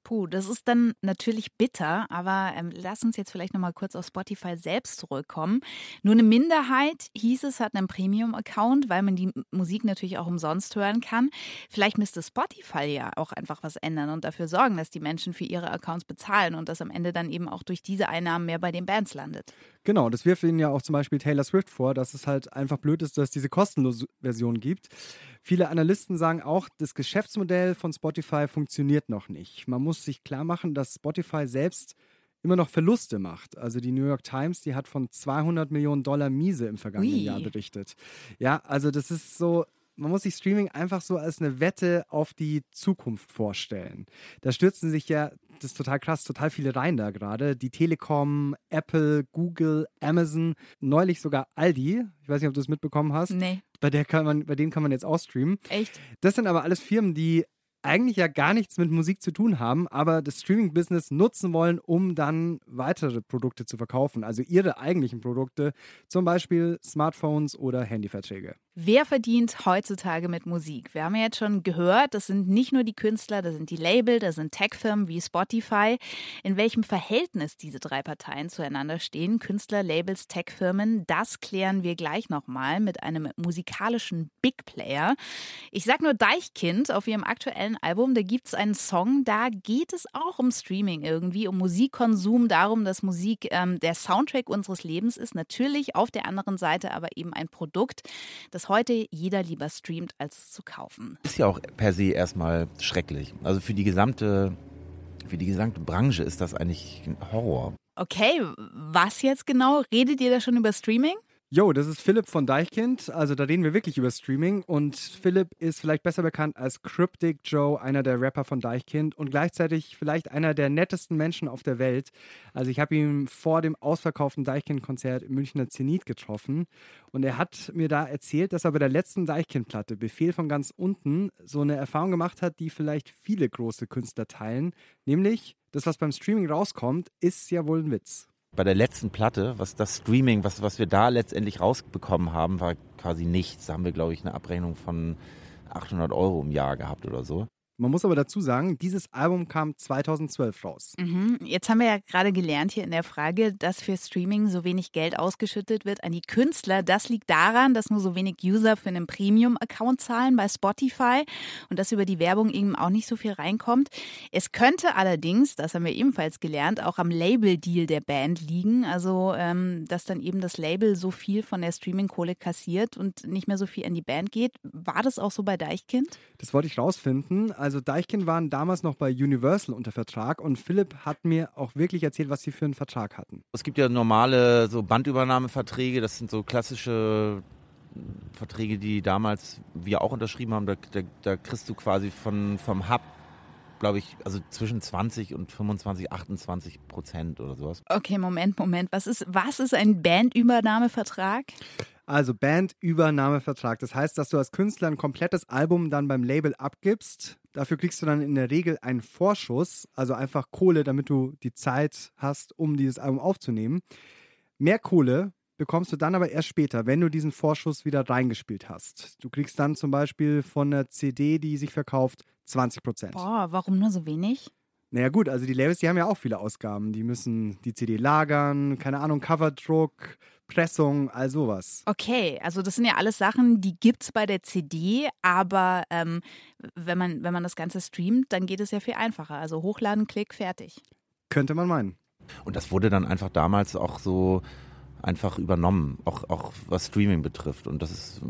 Puh, das ist dann natürlich bitter, aber ähm, lass uns jetzt vielleicht nochmal kurz auf Spotify selbst zurückkommen. Nur eine Minderheit, hieß es, hat einen Premium-Account, weil man die M- Musik natürlich auch umsonst hören kann. Vielleicht müsste Spotify ja auch einfach was ändern und dafür sorgen, dass die Menschen für ihre Accounts bezahlen und dass am Ende dann eben auch durch diese Einnahmen mehr bei den Bands landet.
Genau, das wirft ihnen ja auch zum Beispiel Taylor Swift vor, dass es halt einfach blöd ist, dass es diese kostenlose Version gibt. Viele Analysten sagen auch, das Geschäftsmodell von Spotify funktioniert noch nicht. Man muss sich klar machen, dass Spotify selbst immer noch Verluste macht. Also die New York Times, die hat von zweihundert Millionen Dollar Miese im vergangenen
Ui.
Jahr berichtet. Ja, also das ist so, man muss sich Streaming einfach so als eine Wette auf die Zukunft vorstellen. Da stürzen sich ja, das ist total krass, total viele rein da gerade. Die Telekom, Apple, Google, Amazon, neulich sogar Aldi. Ich weiß nicht, ob du es mitbekommen hast.
Nee.
Bei, der kann man, bei denen kann man jetzt auch streamen.
Echt?
Das sind aber alles Firmen, die eigentlich ja gar nichts mit Musik zu tun haben, aber das Streaming-Business nutzen wollen, um dann weitere Produkte zu verkaufen. Also ihre eigentlichen Produkte, zum Beispiel Smartphones oder Handyverträge.
Wer verdient heutzutage mit Musik? Wir haben ja jetzt schon gehört, das sind nicht nur die Künstler, das sind die Label, das sind Tech-Firmen wie Spotify. In welchem Verhältnis diese drei Parteien zueinander stehen, Künstler, Labels, Tech-Firmen, das klären wir gleich nochmal mit einem musikalischen Big Player. Ich sag nur Deichkind auf ihrem aktuellen Album, da gibt es einen Song, da geht es auch um Streaming irgendwie, um Musikkonsum, darum, dass Musik ähm, der Soundtrack unseres Lebens ist. Natürlich auf der anderen Seite aber eben ein Produkt, das heute jeder lieber streamt, als es zu kaufen.
Ist ja auch per se erstmal schrecklich. Also für die gesamte, für die gesamte Branche ist das eigentlich ein Horror.
Okay, was jetzt genau? Redet ihr da schon über Streaming?
Jo, das ist Philipp von Deichkind, also da reden wir wirklich über Streaming und Philipp ist vielleicht besser bekannt als Cryptic Joe, einer der Rapper von Deichkind und gleichzeitig vielleicht einer der nettesten Menschen auf der Welt. Also ich habe ihn vor dem ausverkauften Deichkind-Konzert im Münchner Zenit getroffen und er hat mir da erzählt, dass er bei der letzten Deichkind-Platte, Befehl von ganz unten, so eine Erfahrung gemacht hat, die vielleicht viele große Künstler teilen, nämlich das, was beim Streaming rauskommt, ist ja wohl ein Witz.
Bei der letzten Platte, was das Streaming, was, was wir da letztendlich rausbekommen haben, war quasi nichts. Da haben wir, glaube ich, eine Abrechnung von achthundert Euro im Jahr gehabt oder so.
Man muss aber dazu sagen, dieses Album kam zweitausendzwölf raus.
Mhm. Jetzt haben wir ja gerade gelernt hier in der Frage, dass für Streaming so wenig Geld ausgeschüttet wird an die Künstler. Das liegt daran, dass nur so wenig User für einen Premium-Account zahlen bei Spotify und dass über die Werbung eben auch nicht so viel reinkommt. Es könnte allerdings, das haben wir ebenfalls gelernt, auch am Label-Deal der Band liegen. Also, ähm, dass dann eben das Label so viel von der Streaming-Kohle kassiert und nicht mehr so viel an die Band geht. War das auch so bei Deichkind?
Das wollte ich rausfinden. Also Deichkind waren damals noch bei Universal unter Vertrag und Philipp hat mir auch wirklich erzählt, was sie für einen Vertrag hatten.
Es gibt ja normale so Bandübernahmeverträge, das sind so klassische Verträge, die damals wir auch unterschrieben haben. Da, da, da kriegst du quasi von, vom Hub, glaube ich, also zwischen zwanzig und fünfundzwanzig, achtundzwanzig Prozent oder sowas.
Okay, Moment, Moment. Was ist, was ist ein Bandübernahmevertrag?
Also Bandübernahmevertrag. Das heißt, dass du als Künstler ein komplettes Album dann beim Label abgibst. Dafür kriegst du dann in der Regel einen Vorschuss, also einfach Kohle, damit du die Zeit hast, um dieses Album aufzunehmen. Mehr Kohle bekommst du dann aber erst später, wenn du diesen Vorschuss wieder reingespielt hast. Du kriegst dann zum Beispiel von einer C D, die sich verkauft, zwanzig Prozent.
Boah, warum nur so wenig?
Naja gut, also die Labels, die haben ja auch viele Ausgaben. Die müssen die C D lagern, keine Ahnung, Coverdruck, Pressung, all sowas.
Okay, also das sind ja alles Sachen, die gibt's bei der C D, aber ähm, wenn man, wenn man das Ganze streamt, dann geht es ja viel einfacher. Also hochladen, Klick, fertig.
Könnte man meinen.
Und das wurde dann einfach damals auch so einfach übernommen, auch, auch was Streaming betrifft. Und das ist,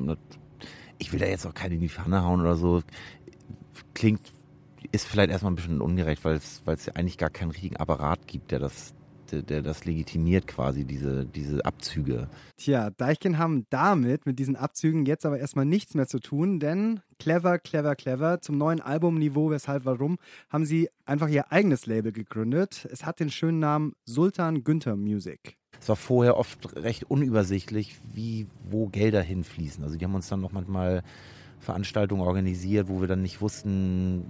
ich will da jetzt auch keine in die Pfanne hauen oder so, klingt, ist vielleicht erstmal ein bisschen ungerecht, weil es, weil es ja eigentlich gar keinen richtigen Apparat gibt, der das der, der das legitimiert quasi, diese, diese Abzüge.
Tja, Deichkind haben damit, mit diesen Abzügen jetzt aber erstmal nichts mehr zu tun, denn clever, clever, clever, zum neuen Albumniveau, weshalb, warum, haben sie einfach ihr eigenes Label gegründet. Es hat den schönen Namen Sultan Günther Music.
Es war vorher oft recht unübersichtlich, wie, wo Gelder hinfließen. Also die haben uns dann noch manchmal Veranstaltungen organisiert, wo wir dann nicht wussten,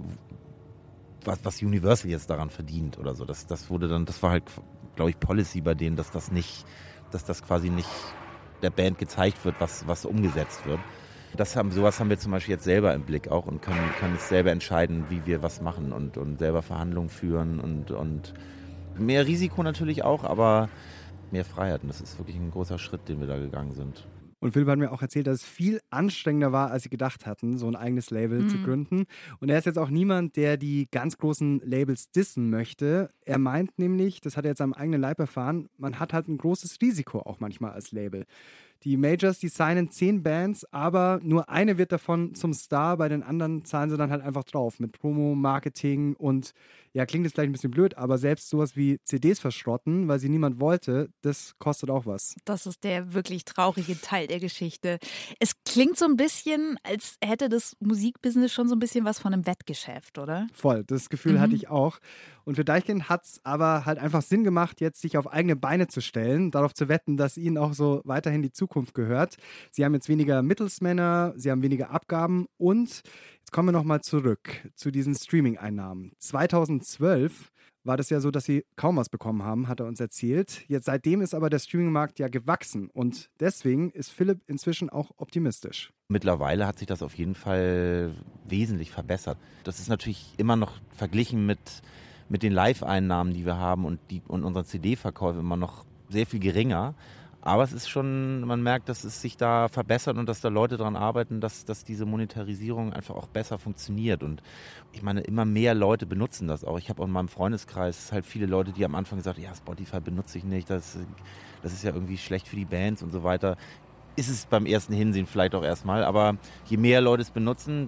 was, was Universal jetzt daran verdient oder so. Das, das wurde dann, das war halt, glaube ich, Policy bei denen, dass das nicht, dass das quasi nicht der Band gezeigt wird, was, was umgesetzt wird. Das haben, sowas haben wir zum Beispiel jetzt selber im Blick auch und können, können es selber entscheiden, wie wir was machen und, und selber Verhandlungen führen und, und mehr Risiko natürlich auch, aber mehr Freiheit. Und das ist wirklich ein großer Schritt, den wir da gegangen sind.
Und Philipp hat mir auch erzählt, dass es viel anstrengender war, als sie gedacht hatten, so ein eigenes Label
Mhm.
zu gründen. Und er ist jetzt auch niemand, der die ganz großen Labels dissen möchte. Er meint nämlich, das hat er jetzt am eigenen Leib erfahren, man hat halt ein großes Risiko auch manchmal als Label. Die Majors, die signen zehn Bands, aber nur eine wird davon zum Star. Bei den anderen zahlen sie dann halt einfach drauf mit Promo, Marketing und, ja, klingt jetzt vielleicht ein bisschen blöd, aber selbst sowas wie C Ds verschrotten, weil sie niemand wollte, das kostet auch was.
Das ist der wirklich traurige Teil der Geschichte. Es klingt so ein bisschen, als hätte das Musikbusiness schon so ein bisschen was von einem Wettgeschäft, oder?
Voll, das Gefühl
Mhm.
hatte ich auch. Und für Deichkind hat es aber halt einfach Sinn gemacht, jetzt sich auf eigene Beine zu stellen, darauf zu wetten, dass ihnen auch so weiterhin die Zukunft gehört. Sie haben jetzt weniger Mittelsmänner, sie haben weniger Abgaben und jetzt kommen wir nochmal zurück zu diesen Streaming-Einnahmen. zweitausendzwölf war das ja so, dass sie kaum was bekommen haben, hat er uns erzählt. Jetzt seitdem ist aber der Streaming-Markt ja gewachsen und deswegen ist Philipp inzwischen auch optimistisch.
Mittlerweile hat sich das auf jeden Fall wesentlich verbessert. Das ist natürlich immer noch verglichen mit, mit den Live-Einnahmen, die wir haben und, die, und unseren C D-Verkäufen immer noch sehr viel geringer. Aber es ist schon, man merkt, dass es sich da verbessert und dass da Leute daran arbeiten, dass, dass diese Monetarisierung einfach auch besser funktioniert. Und ich meine, immer mehr Leute benutzen das auch. Ich habe auch in meinem Freundeskreis halt viele Leute, die am Anfang gesagt haben, ja, Spotify benutze ich nicht, das, das ist ja irgendwie schlecht für die Bands und so weiter. Ist es beim ersten Hinsehen vielleicht auch erstmal, aber je mehr Leute es benutzen,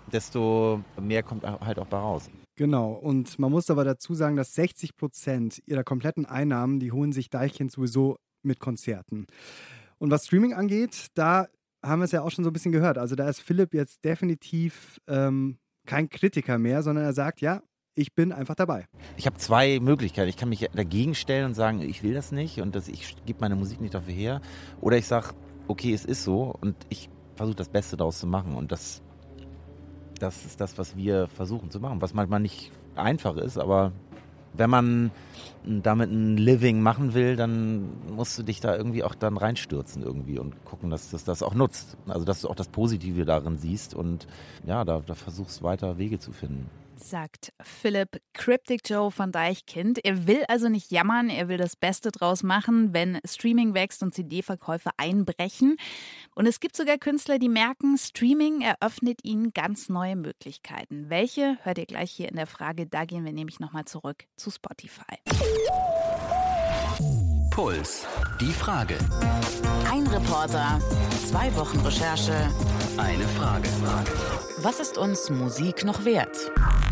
desto mehr kommt halt auch bei raus.
Genau, und man muss aber dazu sagen, dass sechzig Prozent ihrer kompletten Einnahmen, die holen sich Deichkind sowieso mit Konzerten. Und was Streaming angeht, da haben wir es ja auch schon so ein bisschen gehört. Also da ist Philipp jetzt definitiv ähm, kein Kritiker mehr, sondern er sagt, ja, ich bin einfach dabei.
Ich habe zwei Möglichkeiten. Ich kann mich dagegen stellen und sagen, ich will das nicht und das, ich gebe meine Musik nicht dafür her. Oder ich sage, okay, es ist so und ich versuche das Beste daraus zu machen. Und das, das ist das, was wir versuchen zu machen. Was manchmal nicht einfach ist, aber wenn man damit ein Living machen will, dann musst du dich da irgendwie auch dann reinstürzen irgendwie und gucken, dass das das auch nutzt. Also dass du auch das Positive darin siehst und ja, da, da versuchst weiter Wege zu finden.
Sagt Philipp Cryptic Joe von Deichkind. Er will also nicht jammern, er will das Beste draus machen, wenn Streaming wächst und C D-Verkäufe einbrechen. Und es gibt sogar Künstler, die merken, Streaming eröffnet ihnen ganz neue Möglichkeiten. Welche, hört ihr gleich hier in der Frage. Da gehen wir nämlich nochmal zurück zu Spotify.
Puls. Die Frage. Ein Reporter, zwei Wochen Recherche, eine Frage. Was ist uns Musik noch wert?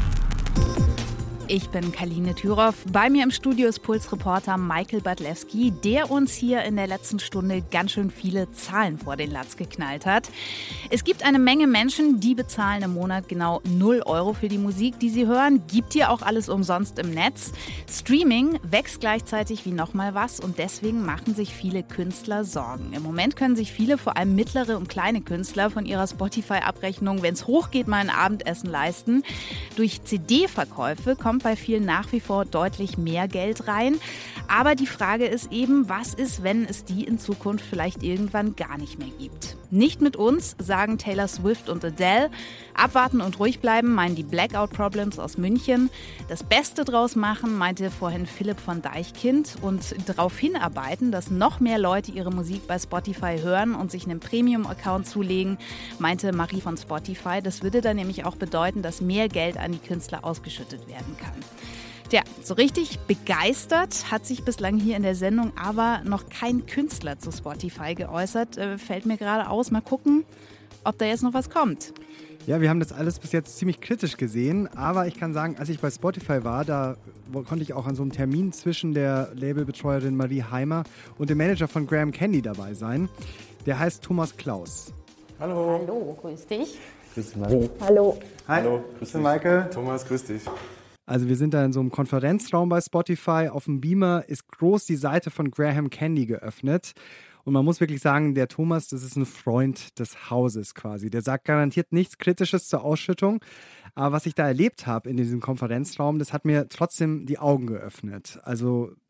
Ich bin Kaline Thüroff. Bei mir im Studio ist Puls-Reporter Michael Badlewski, der uns hier in der letzten Stunde ganz schön viele Zahlen vor den Latz geknallt hat. Es gibt eine Menge Menschen, die bezahlen im Monat genau null Euro für die Musik, die sie hören. Gibt hier auch alles umsonst im Netz. Streaming wächst gleichzeitig wie nochmal was und deswegen machen sich viele Künstler Sorgen. Im Moment können sich viele, vor allem mittlere und kleine Künstler, von ihrer Spotify-Abrechnung, wenn es hochgeht, mal ein Abendessen leisten. Durch C D-Verkäufe kommt bei vielen nach wie vor deutlich mehr Geld rein. Aber die Frage ist eben, was ist, wenn es die in Zukunft vielleicht irgendwann gar nicht mehr gibt? Nicht mit uns, sagen Taylor Swift und Adele. Abwarten und ruhig bleiben, meinen die Blackout Problems aus München. Das Beste draus machen, meinte vorhin Philipp von Deichkind. Und darauf hinarbeiten, dass noch mehr Leute ihre Musik bei Spotify hören und sich einen Premium-Account zulegen, meinte Marie von Spotify. Das würde dann nämlich auch bedeuten, dass mehr Geld an die Künstler ausgeschüttet werden kann. Tja, so richtig begeistert hat sich bislang hier in der Sendung aber noch kein Künstler zu Spotify geäußert. Äh, fällt mir gerade aus. Mal gucken, ob da jetzt noch was kommt.
Ja, wir haben das alles bis jetzt ziemlich kritisch gesehen, aber ich kann sagen, als ich bei Spotify war, da konnte ich auch an so einem Termin zwischen der Labelbetreuerin Marie Heimer und dem Manager von Graham Candy dabei sein. Der heißt Thomas Klaus.
Hallo. Hallo, grüß dich.
Grüß dich, Marie.
Hallo.
Hi,
Hallo,
grüß dich, Michael.
Thomas, grüß dich.
Also wir sind da in so einem Konferenzraum bei Spotify. Auf dem Beamer ist groß die Seite von Graham Candy geöffnet. Und man muss wirklich sagen, der Thomas, das ist ein Freund des Hauses quasi. Der sagt garantiert nichts Kritisches zur Ausschüttung. Aber was ich da erlebt habe in diesem Konferenzraum, das hat mir trotzdem die Augen geöffnet. Also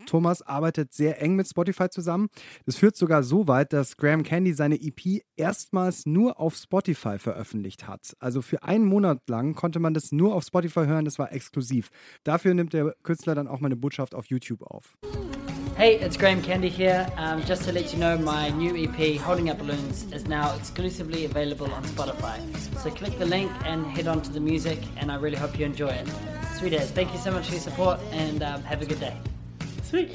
Thomas arbeitet sehr eng mit Spotify zusammen. Das führt sogar so weit, dass Graham Candy seine E P erstmals nur auf Spotify veröffentlicht hat. Also für einen Monat lang konnte man das nur auf Spotify hören, das war exklusiv. Dafür nimmt der Künstler dann auch mal eine Botschaft auf YouTube auf.
Hey, it's Graham Candy here. Um, just to let you know, my new E P, Holding Up Balloons, is now exclusively available on Spotify. So click the link and head on to the music, and I really hope you enjoy it. Sweet as, thank you so much for your support, and um, have a good day. Sweet.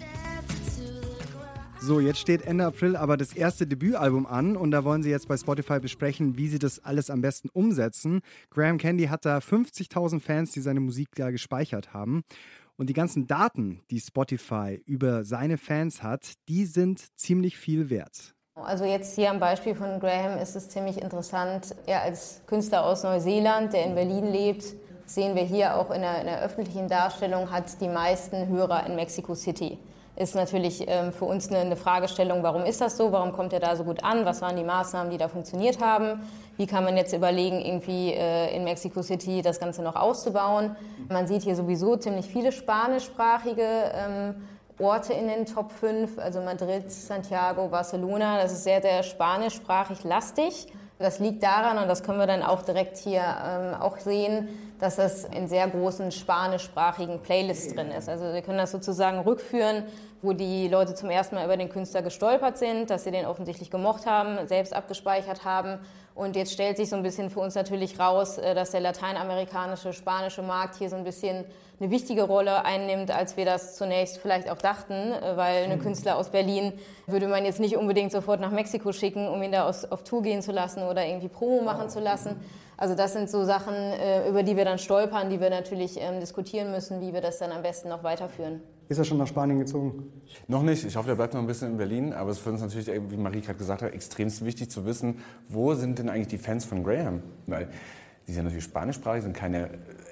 So, jetzt steht Ende April aber das erste Debütalbum an und da wollen sie jetzt bei Spotify besprechen, wie sie das alles am besten umsetzen. Graham Candy hat da fünfzigtausend Fans, die seine Musik da gespeichert haben. Und die ganzen Daten, die Spotify über seine Fans hat, die sind ziemlich viel wert.
Also jetzt hier am Beispiel von Graham ist es ziemlich interessant. Er als Künstler aus Neuseeland, der in Berlin lebt, sehen wir hier auch in der, in der öffentlichen Darstellung, hat die meisten Hörer in Mexico City. Ist natürlich ähm, für uns eine, eine Fragestellung, warum ist das so, warum kommt er da so gut an, was waren die Maßnahmen, die da funktioniert haben, wie kann man jetzt überlegen, irgendwie äh, in Mexico City das Ganze noch auszubauen. Man sieht hier sowieso ziemlich viele spanischsprachige ähm, Orte in den Top fünf, also Madrid, Santiago, Barcelona, das ist sehr, sehr spanischsprachig lastig. Das liegt daran, und das können wir dann auch direkt hier ähm, auch sehen, dass das in sehr großen spanischsprachigen Playlists drin ist. Also wir können das sozusagen rückführen, wo die Leute zum ersten Mal über den Künstler gestolpert sind, dass sie den offensichtlich gemocht haben, selbst abgespeichert haben. Und jetzt stellt sich so ein bisschen für uns natürlich raus, dass der lateinamerikanische, spanische Markt hier so ein bisschen eine wichtige Rolle einnimmt, als wir das zunächst vielleicht auch dachten, weil einen Künstler aus Berlin würde man jetzt nicht unbedingt sofort nach Mexiko schicken, um ihn da aus, auf Tour gehen zu lassen oder irgendwie Promo machen zu lassen. Also das sind so Sachen, über die wir dann stolpern, die wir natürlich ähm, diskutieren müssen, wie wir das dann am besten noch weiterführen.
Ist er schon nach Spanien gezogen?
Noch nicht. Ich hoffe, der bleibt noch ein bisschen in Berlin. Aber es ist für uns natürlich, wie Marie gerade gesagt hat, extremst wichtig zu wissen, wo sind denn eigentlich die Fans von Graham? Weil die sind ja natürlich spanischsprachig, sind keine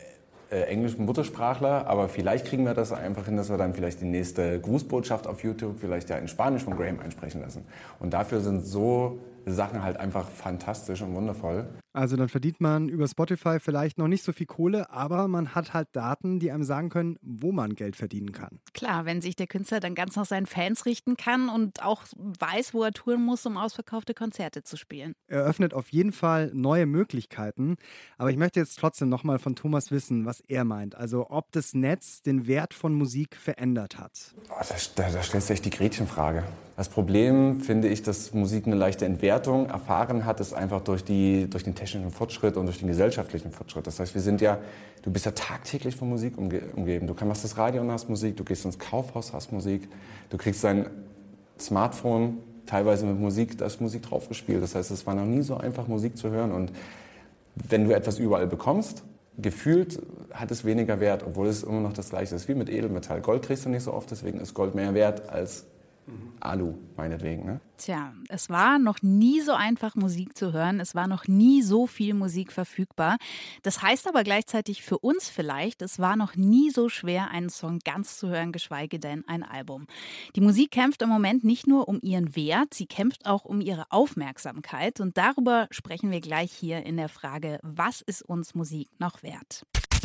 äh, englischen Muttersprachler. Aber vielleicht kriegen wir das einfach hin, dass wir dann vielleicht die nächste Grußbotschaft auf YouTube vielleicht ja in Spanisch von Graham einsprechen lassen. Und dafür sind so Sachen halt einfach fantastisch und wundervoll.
Also dann verdient man über Spotify vielleicht noch nicht so viel Kohle, aber man hat halt Daten, die einem sagen können, wo man Geld verdienen kann.
Klar, wenn sich der Künstler dann ganz nach seinen Fans richten kann und auch weiß, wo er touren muss, um ausverkaufte Konzerte zu spielen.
Er öffnet auf jeden Fall neue Möglichkeiten, aber ich möchte jetzt trotzdem nochmal von Thomas wissen, was er meint. Also ob das Netz den Wert von Musik verändert hat.
Oh, da, da, da stellst du echt die Gretchenfrage. Das Problem, finde ich, dass Musik eine leichte Entwertung erfahren hat, ist einfach durch, die, durch den technischen Fortschritt und durch den gesellschaftlichen Fortschritt. Das heißt, wir sind ja, du bist ja tagtäglich von Musik umge- umgeben. Du machst das Radio und hast Musik, du gehst ins Kaufhaus, hast Musik, du kriegst dein Smartphone teilweise mit Musik, da ist Musik draufgespielt. Das heißt, es war noch nie so einfach, Musik zu hören. Und wenn du etwas überall bekommst, gefühlt hat es weniger Wert, obwohl es immer noch das Gleiche ist wie mit Edelmetall. Gold kriegst du nicht so oft, deswegen ist Gold mehr wert als Alu, meinetwegen, ne?
Tja, es war noch nie so einfach, Musik zu hören. Es war noch nie so viel Musik verfügbar. Das heißt aber gleichzeitig für uns vielleicht, es war noch nie so schwer, einen Song ganz zu hören, geschweige denn ein Album. Die Musik kämpft im Moment nicht nur um ihren Wert, sie kämpft auch um ihre Aufmerksamkeit. Und darüber sprechen wir gleich hier in der Frage, was ist uns Musik noch wert?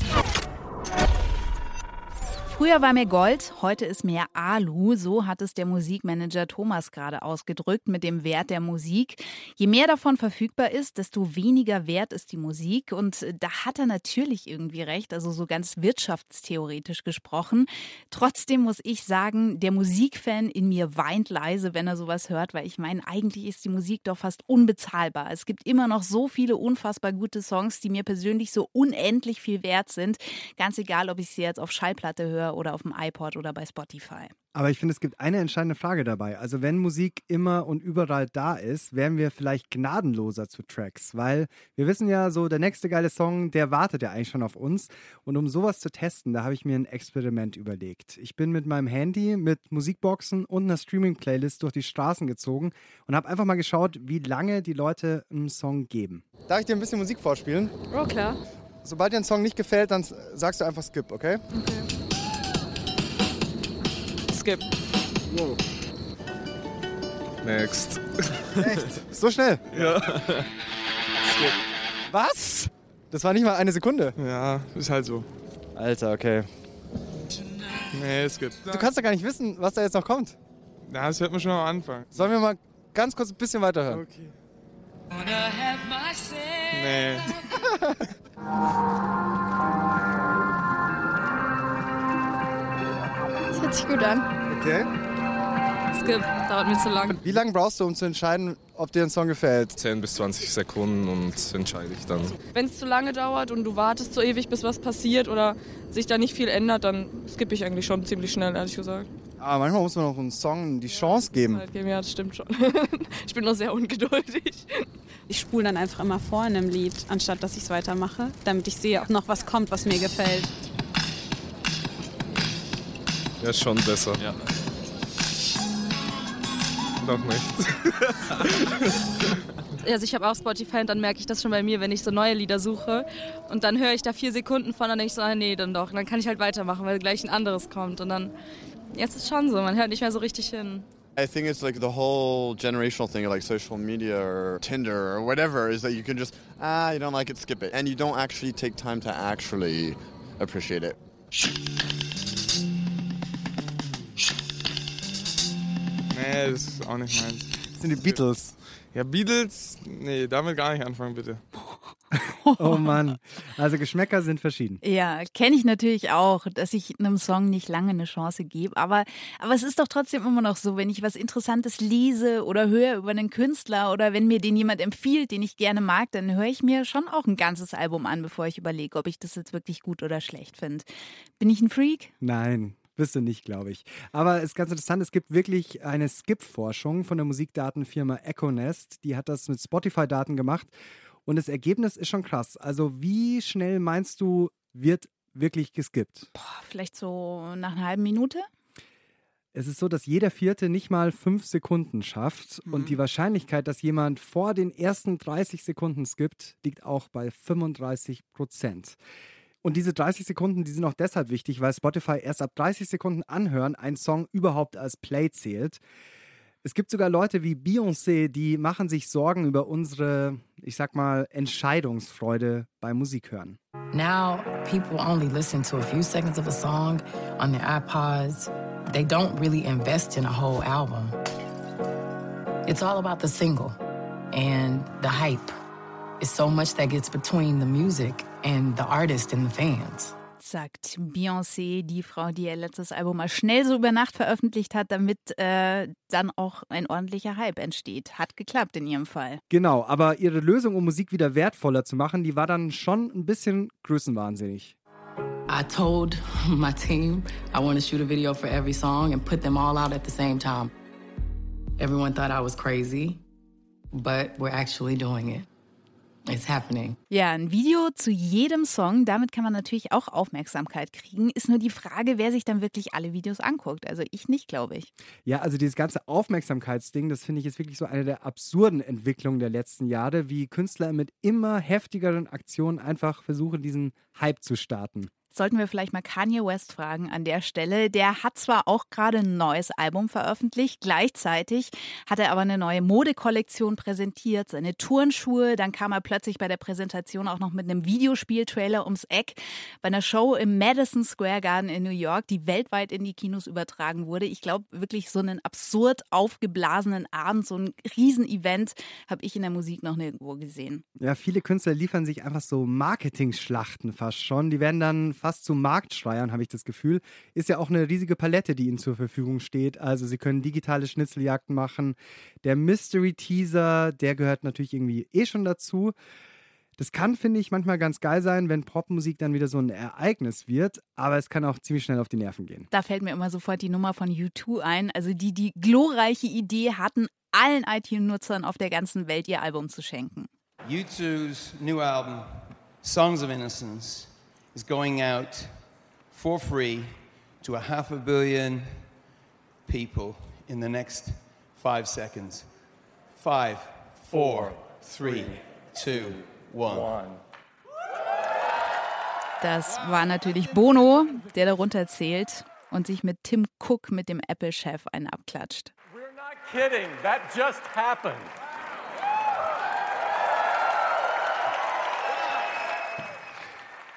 Früher war mehr Gold, heute ist mehr Alu. So hat es der Musikmanager Thomas gerade ausgedrückt mit dem Wert der Musik. Je mehr davon verfügbar ist, desto weniger wert ist die Musik. Und da hat er natürlich irgendwie recht, also so ganz wirtschaftstheoretisch gesprochen. Trotzdem muss ich sagen, der Musikfan in mir weint leise, wenn er sowas hört, weil ich meine, eigentlich ist die Musik doch fast unbezahlbar. Es gibt immer noch so viele unfassbar gute Songs, die mir persönlich so unendlich viel wert sind. Ganz egal, ob ich sie jetzt auf Schallplatte höre oder auf dem iPod oder bei Spotify.
Aber ich finde, es gibt eine entscheidende Frage dabei. Also wenn Musik immer und überall da ist, wären wir vielleicht gnadenloser zu Tracks. Weil wir wissen ja, so der nächste geile Song, der wartet ja eigentlich schon auf uns. Und um sowas zu testen, da habe ich mir ein Experiment überlegt. Ich bin mit meinem Handy, mit Musikboxen und einer Streaming-Playlist durch die Straßen gezogen und habe einfach mal geschaut, wie lange die Leute einen Song geben.
Darf ich dir ein bisschen Musik vorspielen?
Oh, klar.
Sobald dir ein Song nicht gefällt, dann sagst du einfach Skip, okay?
Okay. Skip.
Wow.
Next.
Echt? So schnell?
Ja.
Skip. Was? Das war nicht mal eine Sekunde.
Ja, ist halt so.
Alter, okay.
Nee, Skip.
Du kannst doch gar nicht wissen, was da jetzt noch kommt.
Ja, das hört man schon am Anfang.
Sollen wir mal ganz kurz ein bisschen weiterhören?
Okay. Nee.
Das hört sich gut an.
Okay.
Skip, dauert mir zu lang.
Wie lange brauchst du, um zu entscheiden, ob dir ein Song gefällt?
zehn bis zwanzig Sekunden und entscheide ich dann.
Wenn es zu lange dauert und du wartest so ewig, bis was passiert oder sich da nicht viel ändert, dann skippe ich eigentlich schon ziemlich schnell, ehrlich gesagt.
Aber manchmal muss man auch einem Song die Chance geben.
Ja, das stimmt schon. Ich bin noch sehr ungeduldig.
Ich spule dann einfach immer vor in einem Lied, anstatt dass ich es weitermache, damit ich sehe, ob noch was kommt, was mir gefällt.
Ja, schon besser. Ja. Noch nicht.
Also ich habe auch Spotify und dann merke ich das schon bei mir, wenn ich so neue Lieder suche und dann höre ich da vier Sekunden von und dann denke ich so, ah, nee, dann doch. Und dann kann ich halt weitermachen, weil gleich ein anderes kommt und dann, jetzt ist es schon so, man hört nicht mehr so richtig hin.
I think it's like the whole generational thing, like social media or Tinder or whatever, is that you can just, ah, you don't like it, skip it. And you don't actually take time to actually appreciate it.
Nee, das ist auch nicht meins.
Das sind die Beatles.
Ja, Beatles, nee, damit gar nicht anfangen, bitte.
Oh Mann, also Geschmäcker sind verschieden.
Ja, kenne ich natürlich auch, dass ich einem Song nicht lange eine Chance gebe. Aber, aber es ist doch trotzdem immer noch so, wenn ich was Interessantes lese oder höre über einen Künstler oder wenn mir den jemand empfiehlt, den ich gerne mag, dann höre ich mir schon auch ein ganzes Album an, bevor ich überlege, ob ich das jetzt wirklich gut oder schlecht finde. Bin ich ein Freak?
Nein. Bist du nicht, glaube ich. Aber es ist ganz interessant, es gibt wirklich eine Skip-Forschung von der Musikdatenfirma Econest. Die hat das mit Spotify-Daten gemacht und das Ergebnis ist schon krass. Also wie schnell meinst du, wird wirklich geskippt?
Boah, vielleicht so nach einer halben Minute?
Es ist so, dass jeder Vierte nicht mal fünf Sekunden schafft mhm. und die Wahrscheinlichkeit, dass jemand vor den ersten dreißig Sekunden skippt, liegt auch bei fünfunddreißig Prozent. Und diese dreißig Sekunden, die sind auch deshalb wichtig, weil Spotify erst ab dreißig Sekunden anhören einen Song überhaupt als Play zählt. Es gibt sogar Leute wie Beyoncé, die machen sich Sorgen über unsere, ich sag mal, Entscheidungsfreude beim Musikhören.
Now people only listen to a few seconds of a song on their iPods. They don't really invest in a whole album. It's all about the single and the hype. It's so much that gets between the music and the artist and the fans.
Sagt Beyoncé, die Frau, die ihr letztes Album mal schnell so über Nacht veröffentlicht hat, damit äh, dann auch ein ordentlicher Hype entsteht. Hat geklappt in ihrem Fall.
Genau, aber ihre Lösung, um Musik wieder wertvoller zu machen, die war dann schon ein bisschen größenwahnsinnig.
I told my team I want to shoot a video for every song and put them all out at the same time. Everyone thought I was crazy, but we're actually doing it. It's happening.
Ja, ein Video zu jedem Song, damit kann man natürlich auch Aufmerksamkeit kriegen. Ist nur die Frage, wer sich dann wirklich alle Videos anguckt. Also ich nicht, glaube ich.
Ja, also dieses ganze Aufmerksamkeitsding, das finde ich ist wirklich so eine der absurden Entwicklungen der letzten Jahre, wie Künstler mit immer heftigeren Aktionen einfach versuchen, diesen Hype zu starten.
Sollten wir vielleicht mal Kanye West fragen an der Stelle. Der hat zwar auch gerade ein neues Album veröffentlicht, gleichzeitig hat er aber eine neue Modekollektion präsentiert, seine Turnschuhe. Dann kam er plötzlich bei der Präsentation auch noch mit einem Videospieltrailer ums Eck. Bei einer Show im Madison Square Garden in New York, die weltweit in die Kinos übertragen wurde. Ich glaube, wirklich so einen absurd aufgeblasenen Abend, so ein Riesenevent habe ich in der Musik noch nirgendwo gesehen.
Ja, viele Künstler liefern sich einfach so Marketing-Schlachten fast schon. Die werden dann fast zu Marktschreiern, habe ich das Gefühl. Ist ja auch eine riesige Palette, die ihnen zur Verfügung steht. Also sie können digitale Schnitzeljagden machen. Der Mystery-Teaser, der gehört natürlich irgendwie eh schon dazu. Das kann, finde ich, manchmal ganz geil sein, wenn Popmusik dann wieder so ein Ereignis wird. Aber es kann auch ziemlich schnell auf die Nerven gehen.
Da fällt mir immer sofort die Nummer von U zwei ein. Also die die glorreiche Idee hatten, allen iTunes-Nutzern auf der ganzen Welt ihr Album zu schenken.
U two's new album, Songs of Innocence, is going out for free to a half a billion people in the next five seconds. Five, four, three, two, one.
Das war natürlich Bono, der darunter zählt und sich mit Tim Cook, mit dem Apple-Chef, einen abklatscht.
We're not kidding, that just happened.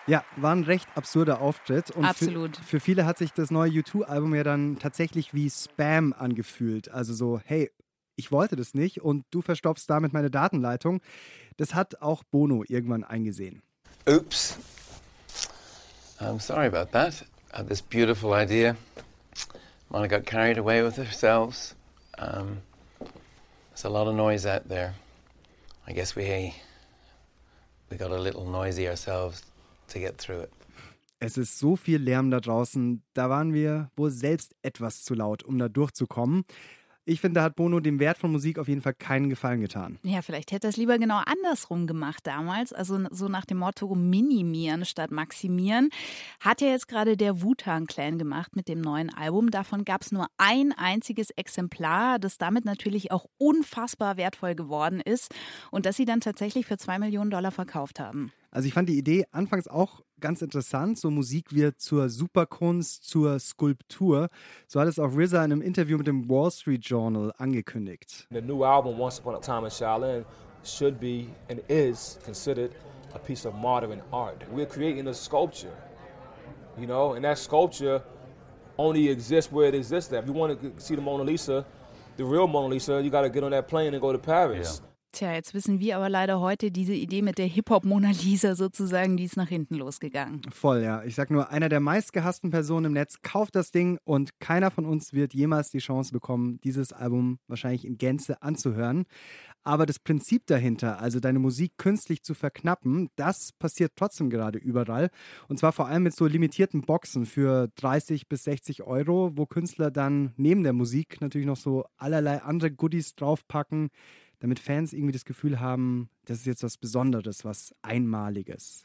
Ja, war ein recht absurder Auftritt. Und
Absolut.
Für, für viele hat sich das neue U zwei Album ja dann tatsächlich wie Spam angefühlt. Also so, hey, ich wollte das nicht und du verstopfst damit meine Datenleitung. Das hat auch Bono irgendwann eingesehen.
Oops. I'm sorry about that. I had this beautiful idea. Mona got carried away with ourselves. Um, there's a lot of noise out there. I guess we we got a little noisy ourselves to get through it.
Es ist so viel Lärm da draußen, da waren wir wohl selbst etwas zu laut, um da durchzukommen. Ich finde, da hat Bono dem Wert von Musik auf jeden Fall keinen Gefallen getan.
Ja, vielleicht hätte er es lieber genau andersrum gemacht damals. Also so nach dem Motto minimieren statt maximieren. Hat ja jetzt gerade der Wu-Tang Clan gemacht mit dem neuen Album. Davon gab es nur ein einziges Exemplar, das damit natürlich auch unfassbar wertvoll geworden ist. Und das sie dann tatsächlich für zwei Millionen Dollar verkauft haben.
Also ich fand die Idee anfangs auch ganz interessant. So Musik wird zur Superkunst, zur Skulptur. So hat es auch R Z A in einem Interview mit dem Wall Street Journal angekündigt.
The new album, Once Upon a Time in Shaolin, should be and is considered a piece of modern art. We're creating a sculpture, you know, and that sculpture only exists where it exists at. If you want to see the Mona Lisa, the real Mona Lisa, you got to get on that plane and go to Paris.
Yeah. Tja, jetzt wissen wir aber leider heute, diese Idee mit der Hip-Hop-Mona Lisa sozusagen, die ist nach hinten losgegangen.
Voll, ja. Ich sag nur, einer der meistgehassten Personen im Netz kauft das Ding und keiner von uns wird jemals die Chance bekommen, dieses Album wahrscheinlich in Gänze anzuhören. Aber das Prinzip dahinter, also deine Musik künstlich zu verknappen, das passiert trotzdem gerade überall. Und zwar vor allem mit so limitierten Boxen für dreißig bis sechzig Euro, wo Künstler dann neben der Musik natürlich noch so allerlei andere Goodies draufpacken, damit Fans irgendwie das Gefühl haben, das ist jetzt was Besonderes, was Einmaliges.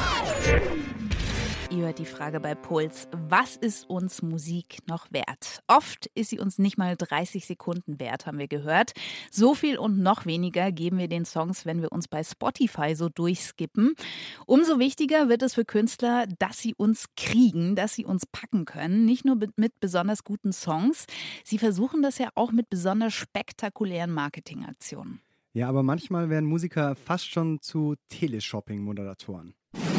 Ihr hört die Frage bei Puls, was ist uns Musik noch wert? Oft ist sie uns nicht mal dreißig Sekunden wert, haben wir gehört. So viel und noch weniger geben wir den Songs, wenn wir uns bei Spotify so durchskippen. Umso wichtiger wird es für Künstler, dass sie uns kriegen, dass sie uns packen können. Nicht nur mit besonders guten Songs. Sie versuchen das ja auch mit besonders spektakulären Marketingaktionen.
Ja, aber manchmal werden Musiker fast schon zu Teleshopping-Moderatoren.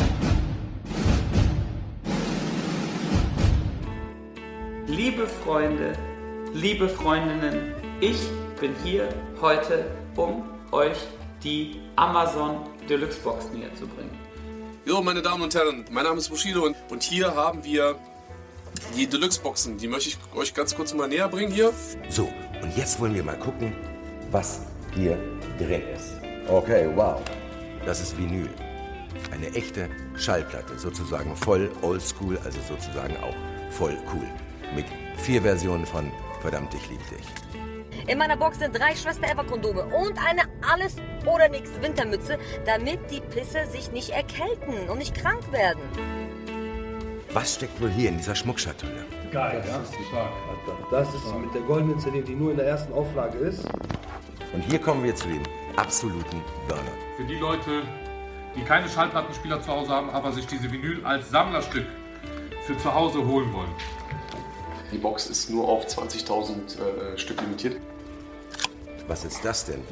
Liebe Freunde, liebe Freundinnen, ich bin hier heute, um euch die Amazon Deluxe Box näher zu bringen.
Jo, meine Damen und Herren, mein Name ist Bushido und, und hier haben wir die Deluxe Boxen. Die möchte ich euch ganz kurz mal näher bringen hier.
So, und jetzt wollen wir mal gucken, was hier drin ist. Okay, wow. Das ist Vinyl. Eine echte Schallplatte, sozusagen voll oldschool, also sozusagen auch voll cool. Mit vier Versionen von Verdammt, ich lieb dich.
In meiner Box sind drei Schwester-Ever-Kondome und eine Alles-oder-Nix-Wintermütze, damit die Pisser sich nicht erkälten und nicht krank werden.
Was steckt wohl hier in dieser Schmuckschatulle?
Geil, das ist stark. Das ist mit der goldenen C D, die nur in der ersten Auflage ist.
Und hier kommen wir zu dem absoluten Burner.
Für die Leute, die keine Schallplattenspieler zu Hause haben, aber sich diese Vinyl als Sammlerstück für zu Hause holen wollen.
Die Box ist nur auf zwanzigtausend äh, Stück limitiert.
Was ist das denn?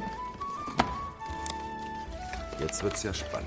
Jetzt wird's ja spannend.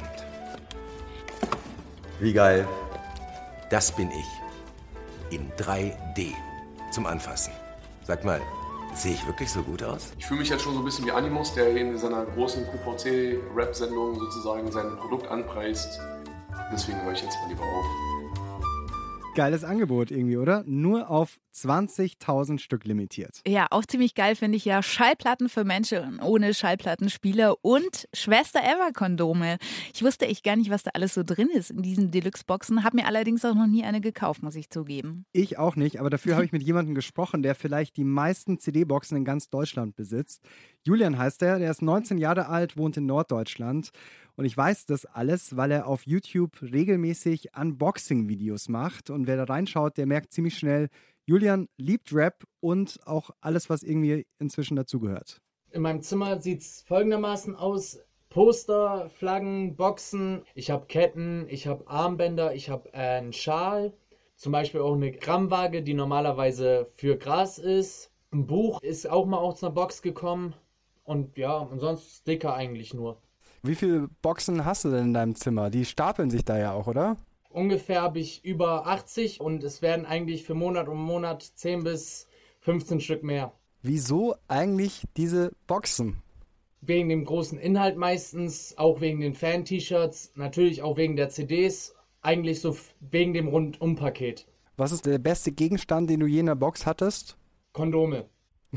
Wie geil. Das bin ich. In drei D. Zum Anfassen. Sag mal, sehe ich wirklich so gut aus?
Ich fühle mich jetzt schon so ein bisschen wie Animus, der in seiner großen Q V C-Rap-Sendung sozusagen sein Produkt anpreist. Deswegen höre ich jetzt mal lieber auf.
Geiles Angebot irgendwie, oder? Nur auf zwanzigtausend Stück limitiert.
Ja, auch ziemlich geil finde ich ja Schallplatten für Menschen ohne Schallplattenspieler und Schwester-Ever-Kondome. Ich wusste echt gar nicht, was da alles so drin ist in diesen Deluxe-Boxen, habe mir allerdings auch noch nie eine gekauft, muss ich zugeben.
Ich auch nicht, aber dafür habe ich mit jemandem gesprochen, der vielleicht die meisten C D-Boxen in ganz Deutschland besitzt. Julian heißt er, der ist neunzehn Jahre alt, wohnt in Norddeutschland. Und ich weiß das alles, weil er auf YouTube regelmäßig Unboxing-Videos macht. Und wer da reinschaut, der merkt ziemlich schnell, Julian liebt Rap und auch alles, was irgendwie inzwischen dazugehört.
In meinem Zimmer sieht es folgendermaßen aus. Poster, Flaggen, Boxen. Ich habe Ketten, ich habe Armbänder, ich habe äh, einen Schal. Zum Beispiel auch eine Grammwaage, die normalerweise für Gras ist. Ein Buch ist auch mal aus einer Box gekommen. Und ja, und sonst Sticker eigentlich nur.
Wie viele Boxen hast du denn in deinem Zimmer? Die stapeln sich da ja auch, oder?
ungefähr habe ich über achtzig und es werden eigentlich für Monat um Monat zehn bis fünfzehn Stück mehr.
Wieso eigentlich diese Boxen?
Wegen dem großen Inhalt meistens, auch wegen den Fan-T-Shirts, natürlich auch wegen der C Ds, eigentlich so wegen dem Rundum-Paket.
Was ist der beste Gegenstand, den du je in der Box hattest?
Kondome.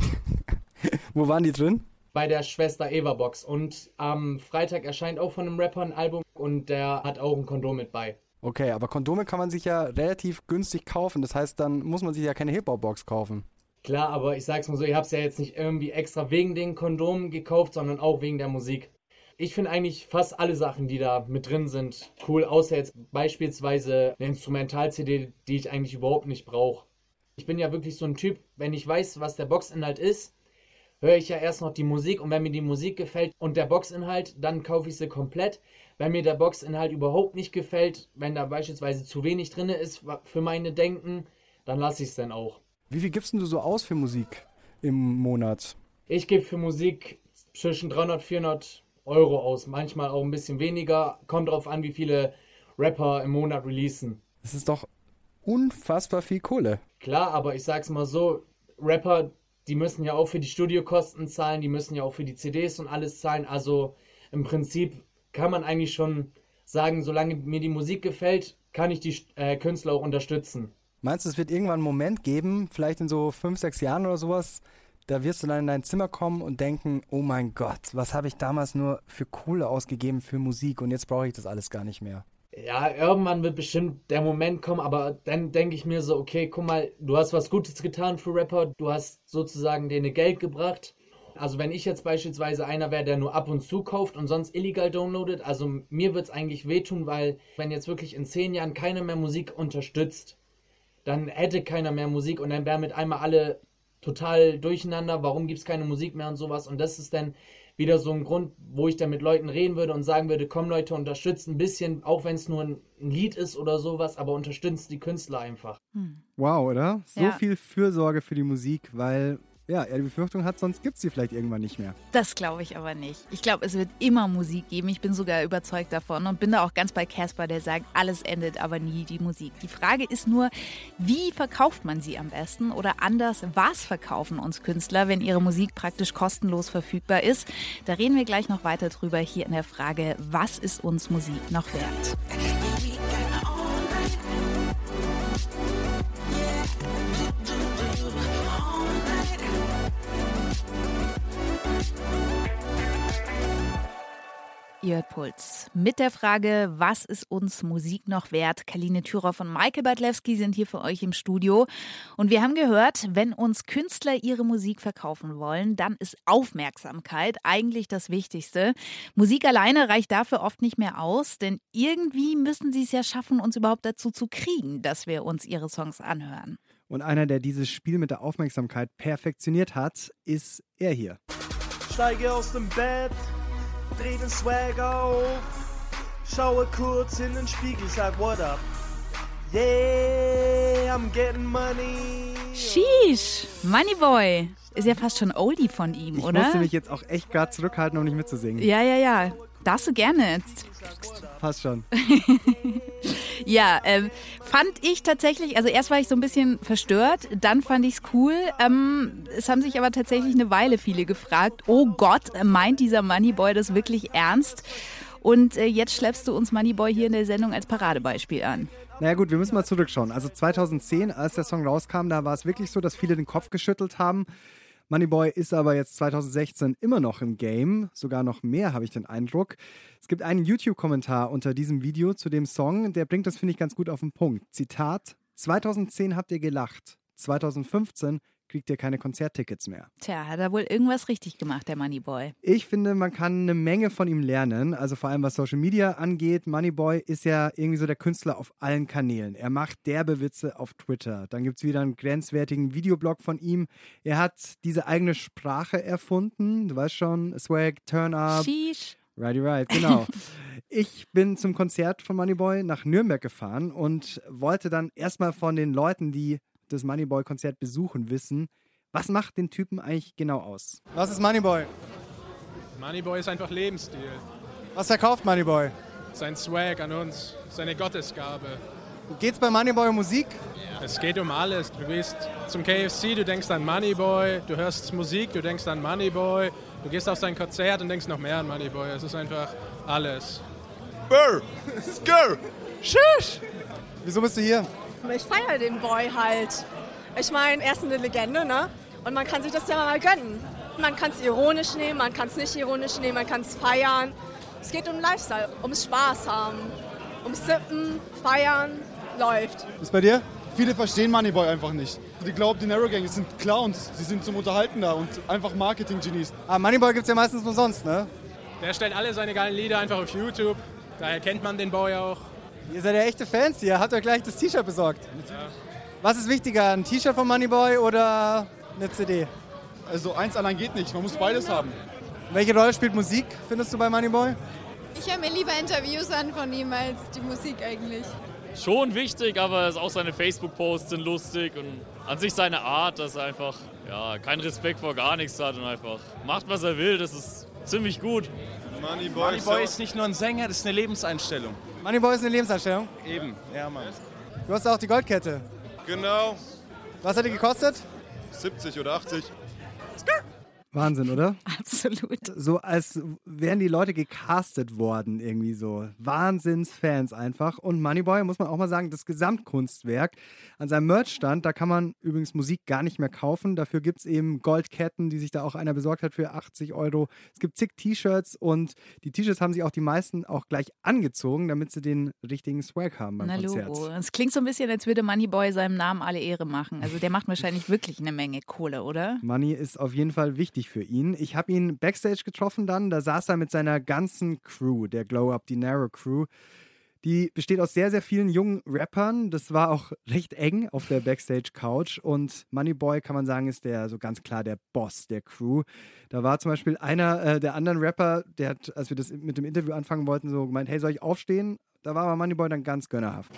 Wo waren die drin?
Bei der Schwester Eva Box. Und am Freitag erscheint auch von einem Rapper ein Album und der hat auch ein Kondom mit bei.
Okay, aber Kondome kann man sich ja relativ günstig kaufen. Das heißt, dann muss man sich ja keine Hip-Hop-Box kaufen.
Klar, aber ich sag's mal so, ich hab's ja jetzt nicht irgendwie extra wegen den Kondomen gekauft, sondern auch wegen der Musik. Ich finde eigentlich fast alle Sachen, die da mit drin sind, cool, außer jetzt beispielsweise eine Instrumental-C D, die ich eigentlich überhaupt nicht brauche. Ich bin ja wirklich so ein Typ, wenn ich weiß, was der Boxinhalt ist, höre ich ja erst noch die Musik und wenn mir die Musik gefällt und der Boxinhalt, dann kaufe ich sie komplett. Wenn mir der Boxinhalt überhaupt nicht gefällt, wenn da beispielsweise zu wenig drin ist für meine Denken, dann lasse ich es dann auch.
Wie viel gibst denn du so aus für Musik im Monat?
Ich gebe für Musik zwischen dreihundert, vierhundert Euro aus. Manchmal auch ein bisschen weniger. Kommt drauf an, wie viele Rapper im Monat releasen.
Das ist doch unfassbar viel Kohle.
Klar, aber ich sag's mal so, Rapper, die müssen ja auch für die Studiokosten zahlen, die müssen ja auch für die C Ds und alles zahlen. Also im Prinzip kann man eigentlich schon sagen, solange mir die Musik gefällt, kann ich die äh, Künstler auch unterstützen.
Meinst du, es wird irgendwann einen Moment geben, vielleicht in so fünf, sechs Jahren oder sowas, da wirst du dann in dein Zimmer kommen und denken, oh mein Gott, was habe ich damals nur für Kohle ausgegeben für Musik und jetzt brauche ich das alles gar nicht mehr.
Ja, irgendwann wird bestimmt der Moment kommen, aber dann denke ich mir so, okay, guck mal, du hast was Gutes getan für Rapper, du hast sozusagen denen Geld gebracht. Also wenn ich jetzt beispielsweise einer wäre, der nur ab und zu kauft und sonst illegal downloadet, also mir wird es eigentlich wehtun, weil wenn jetzt wirklich in zehn Jahren keiner mehr Musik unterstützt, dann hätte keiner mehr Musik und dann wären mit einmal alle total durcheinander, warum gibt es keine Musik mehr und sowas. Und das ist dann wieder so ein Grund, wo ich dann mit Leuten reden würde und sagen würde, komm Leute, unterstützt ein bisschen, auch wenn es nur ein Lied ist oder sowas, aber unterstützt die Künstler einfach.
Hm. Wow, oder? So
Ja.
viel Fürsorge für die Musik, weil ja, er die Befürchtung hat, sonst gibt es sie vielleicht irgendwann nicht mehr.
Das glaube ich aber nicht. Ich glaube, es wird immer Musik geben. Ich bin sogar überzeugt davon und bin da auch ganz bei Casper, der sagt, alles endet, aber nie die Musik. Die Frage ist nur, wie verkauft man sie am besten? Oder anders, was verkaufen uns Künstler, wenn ihre Musik praktisch kostenlos verfügbar ist? Da reden wir gleich noch weiter drüber hier in der Frage, was ist uns Musik noch wert? Ihr hört Puls. Mit der Frage, was ist uns Musik noch wert? Kaline Thüroff und Michael Bartlewski sind hier für euch im Studio. Und wir haben gehört, wenn uns Künstler ihre Musik verkaufen wollen, dann ist Aufmerksamkeit eigentlich das Wichtigste. Musik alleine reicht dafür oft nicht mehr aus, denn irgendwie müssen sie es ja schaffen, uns überhaupt dazu zu kriegen, dass wir uns ihre Songs anhören.
Und einer, der dieses Spiel mit der Aufmerksamkeit perfektioniert hat, ist er hier.
Steige aus dem Bett, dreh den Swag auf, schaue kurz in den Spiegel, sag what up. Yeah, I'm getting money.
Sheesh, Moneyboy. Ist ja fast schon Oldie von ihm,
Ich
oder?
musste mich jetzt auch echt gerade zurückhalten, um nicht mitzusingen.
Ja, ja, ja. Darfst du gerne.
Passt schon.
Ja, ähm, fand ich tatsächlich, also erst war ich so ein bisschen verstört, dann fand ich es cool. Ähm, es haben sich aber tatsächlich eine Weile viele gefragt, oh Gott, meint dieser Moneyboy das wirklich ernst? Und äh, jetzt schleppst du uns Moneyboy hier in der Sendung als Paradebeispiel an.
Naja gut, wir müssen mal zurückschauen. Also zweitausendzehn, als der Song rauskam, da war es wirklich so, dass viele den Kopf geschüttelt haben. Moneyboy ist aber jetzt zweitausendsechzehn immer noch im Game, sogar noch mehr, habe ich den Eindruck. Es gibt einen YouTube-Kommentar unter diesem Video zu dem Song, der bringt das, finde ich, ganz gut auf den Punkt. Zitat, zweitausendzehn habt ihr gelacht, zweitausendfünfzehn kriegt ihr keine Konzerttickets mehr.
Tja, hat er wohl irgendwas richtig gemacht, der Moneyboy.
Ich finde, man kann eine Menge von ihm lernen, also vor allem was Social Media angeht. Moneyboy ist ja irgendwie so der Künstler auf allen Kanälen. Er macht derbe Witze auf Twitter. Dann gibt es wieder einen grenzwertigen Videoblog von ihm. Er hat diese eigene Sprache erfunden. Du weißt schon, Swag, Turn Up.
Sheesh.
Righty right, genau. Ich bin zum Konzert von Moneyboy nach Nürnberg gefahren und wollte dann erstmal von den Leuten, die das Moneyboy-Konzert besuchen, wissen, was macht den Typen eigentlich genau aus?
Was ist Moneyboy?
Moneyboy ist einfach Lebensstil.
Was verkauft Moneyboy?
Sein Swag an uns. ist eine Gottesgabe.
Geht's bei Moneyboy um Musik?
Es geht um alles. Du gehst zum K F C, du denkst an Moneyboy, du hörst Musik, du denkst an Moneyboy, du gehst auf sein Konzert und denkst noch mehr an Moneyboy. Es ist einfach alles.
Burr! Skr! Shush! Wieso bist du hier?
Ich feiere den Boy halt. Ich meine, er ist eine Legende, ne? Und man kann sich das ja mal gönnen. Man kann es ironisch nehmen, man kann es nicht ironisch nehmen, man kann es feiern. Es geht um Lifestyle, ums Spaß haben, ums Sippen, feiern, läuft.
Was ist bei dir? Viele verstehen Moneyboy einfach nicht. Die glauben, die Narrow Gang sind Clowns, sie sind zum Unterhalten da und einfach Marketing-Genies. Aber Moneyboy gibt's ja meistens nur sonst, ne?
Der stellt alle seine geilen Lieder einfach auf YouTube, daher kennt man den Boy auch.
Ihr seid ja echte Fans hier, habt euch gleich das T-Shirt besorgt.
Ja.
Was ist wichtiger, ein T-Shirt von Moneyboy oder eine C D?
Also eins allein geht nicht, man muss beides haben.
Welche Rolle spielt Musik, findest du bei Moneyboy?
Ich höre mir lieber Interviews an von ihm als die Musik eigentlich.
Schon wichtig, aber auch seine Facebook-Posts sind lustig und an sich seine Art, dass er einfach ja, keinen Respekt vor gar nichts hat und einfach macht, was er will, das ist ziemlich gut.
Moneyboy, Moneyboy ist nicht nur ein Sänger, das ist eine Lebenseinstellung.
Moneyboy ist eine Lebenseinstellung?
Eben, ja Mann.
Du hast auch die Goldkette.
Genau.
Was hat die gekostet?
siebzig oder achtzig.
Wahnsinn, oder?
Absolut.
So als wären die Leute gecastet worden, irgendwie so. Wahnsinnsfans einfach. Und Moneyboy, muss man auch mal sagen, das Gesamtkunstwerk. An seinem Merchstand, da kann man übrigens Musik gar nicht mehr kaufen. Dafür gibt es eben Goldketten, die sich da auch einer besorgt hat für achtzig Euro. Es gibt zig T-Shirts und die T-Shirts haben sich auch die meisten auch gleich angezogen, damit sie den richtigen Swag haben beim
Na,
Konzert.
Logo. Es klingt so ein bisschen, als würde Moneyboy seinem Namen alle Ehre machen. Also der macht wahrscheinlich wirklich eine Menge Kohle, oder?
Money ist auf jeden Fall wichtig für ihn. Ich habe ihn Backstage getroffen dann, da saß er mit seiner ganzen Crew, der Glow Up, die Narrow Crew. Die besteht aus sehr, sehr vielen jungen Rappern. Das war auch recht eng auf der Backstage-Couch. Und Moneyboy, kann man sagen, ist der so ganz klar der Boss der Crew. Da war zum Beispiel einer äh, der anderen Rapper, der hat, als wir das mit dem Interview anfangen wollten, so gemeint, hey, soll ich aufstehen? Da war aber Moneyboy dann ganz gönnerhaft.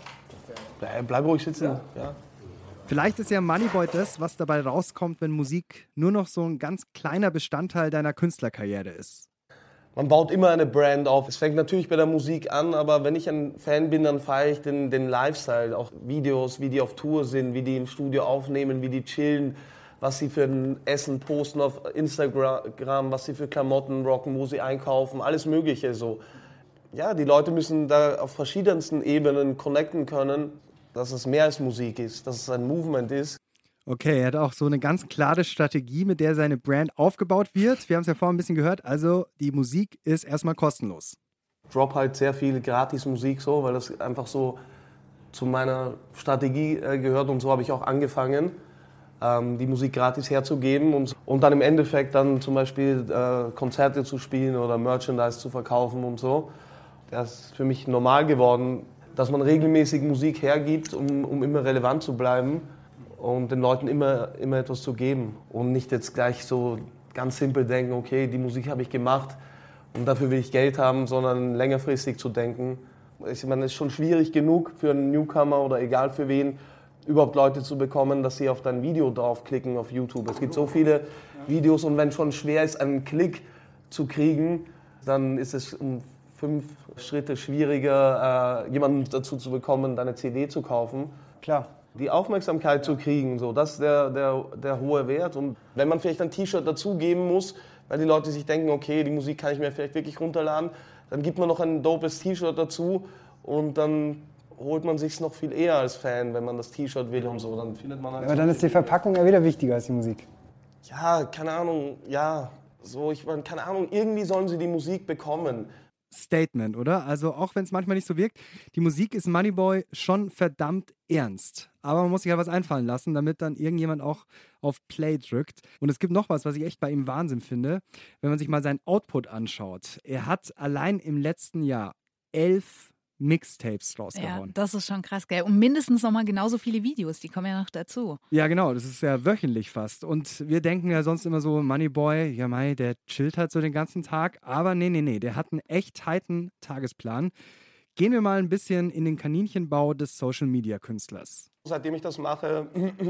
Bleib, bleib ruhig sitzen. Ja. Ja.
Vielleicht ist ja Moneyboy das, was dabei rauskommt, wenn Musik nur noch so ein ganz kleiner Bestandteil deiner Künstlerkarriere ist.
Man baut immer eine Brand auf. Es fängt natürlich bei der Musik an, aber wenn ich ein Fan bin, dann feiere ich den, den Lifestyle. Auch Videos, wie die auf Tour sind, wie die im Studio aufnehmen, wie die chillen, was sie für ein Essen posten auf Instagram, was sie für Klamotten rocken, wo sie einkaufen, alles Mögliche so. Ja, die Leute müssen da auf verschiedensten Ebenen connecten können, dass es mehr als Musik ist, dass es ein Movement ist.
Okay, er hat auch so eine ganz klare Strategie, mit der seine Brand aufgebaut wird. Wir haben es ja vorhin ein bisschen gehört, also die Musik ist erstmal kostenlos.
Ich drop halt sehr viel Gratis-Musik so, weil das einfach so zu meiner Strategie äh, gehört und so habe ich auch angefangen, ähm, die Musik gratis herzugeben und, und dann im Endeffekt dann zum Beispiel äh, Konzerte zu spielen oder Merchandise zu verkaufen und so. Das ist für mich normal geworden, dass man regelmäßig Musik hergibt, um, um immer relevant zu bleiben und den Leuten immer, immer etwas zu geben und nicht jetzt gleich so ganz simpel denken, okay, die Musik habe ich gemacht und dafür will ich Geld haben, sondern längerfristig zu denken. Ich meine, es ist schon schwierig genug für einen Newcomer oder egal für wen, überhaupt Leute zu bekommen, dass sie auf dein Video draufklicken auf YouTube. Es gibt so viele Videos und wenn es schon schwer ist, einen Klick zu kriegen, dann ist es um fünf Schritte schwieriger, äh, jemanden dazu zu bekommen, deine C D zu kaufen. Klar. Die Aufmerksamkeit zu kriegen, so, das ist der, der, der hohe Wert. Und wenn man vielleicht ein T-Shirt dazugeben muss, weil die Leute sich denken, okay, die Musik kann ich mir vielleicht wirklich runterladen, dann gibt man noch ein dopes T-Shirt dazu und dann holt man sich noch viel eher als Fan, wenn man das T-Shirt will und so. Dann findet man halt
Aber dann ist die Verpackung ja wieder wichtiger als die Musik.
Ja, keine Ahnung, ja, so, ich meine, keine Ahnung, irgendwie sollen sie die Musik bekommen.
Statement, oder? Also auch wenn es manchmal nicht so wirkt, die Musik ist Moneyboy schon verdammt ernst. Aber man muss sich ja was einfallen lassen, damit dann irgendjemand auch auf Play drückt. Und es gibt noch was, was ich echt bei ihm Wahnsinn finde, wenn man sich mal seinen Output anschaut. Er hat allein im letzten Jahr elf Mixtapes rausgehauen.
Ja, das ist schon krass, gell? Und mindestens nochmal genauso viele Videos, die kommen ja noch dazu.
Ja, genau, das ist ja wöchentlich fast. Und wir denken ja sonst immer so, Moneyboy, ja mei, der chillt halt so den ganzen Tag. Aber nee, nee, nee, der hat einen echt tighten Tagesplan. Gehen wir mal ein bisschen in den Kaninchenbau des Social-Media-Künstlers.
Seitdem ich das mache,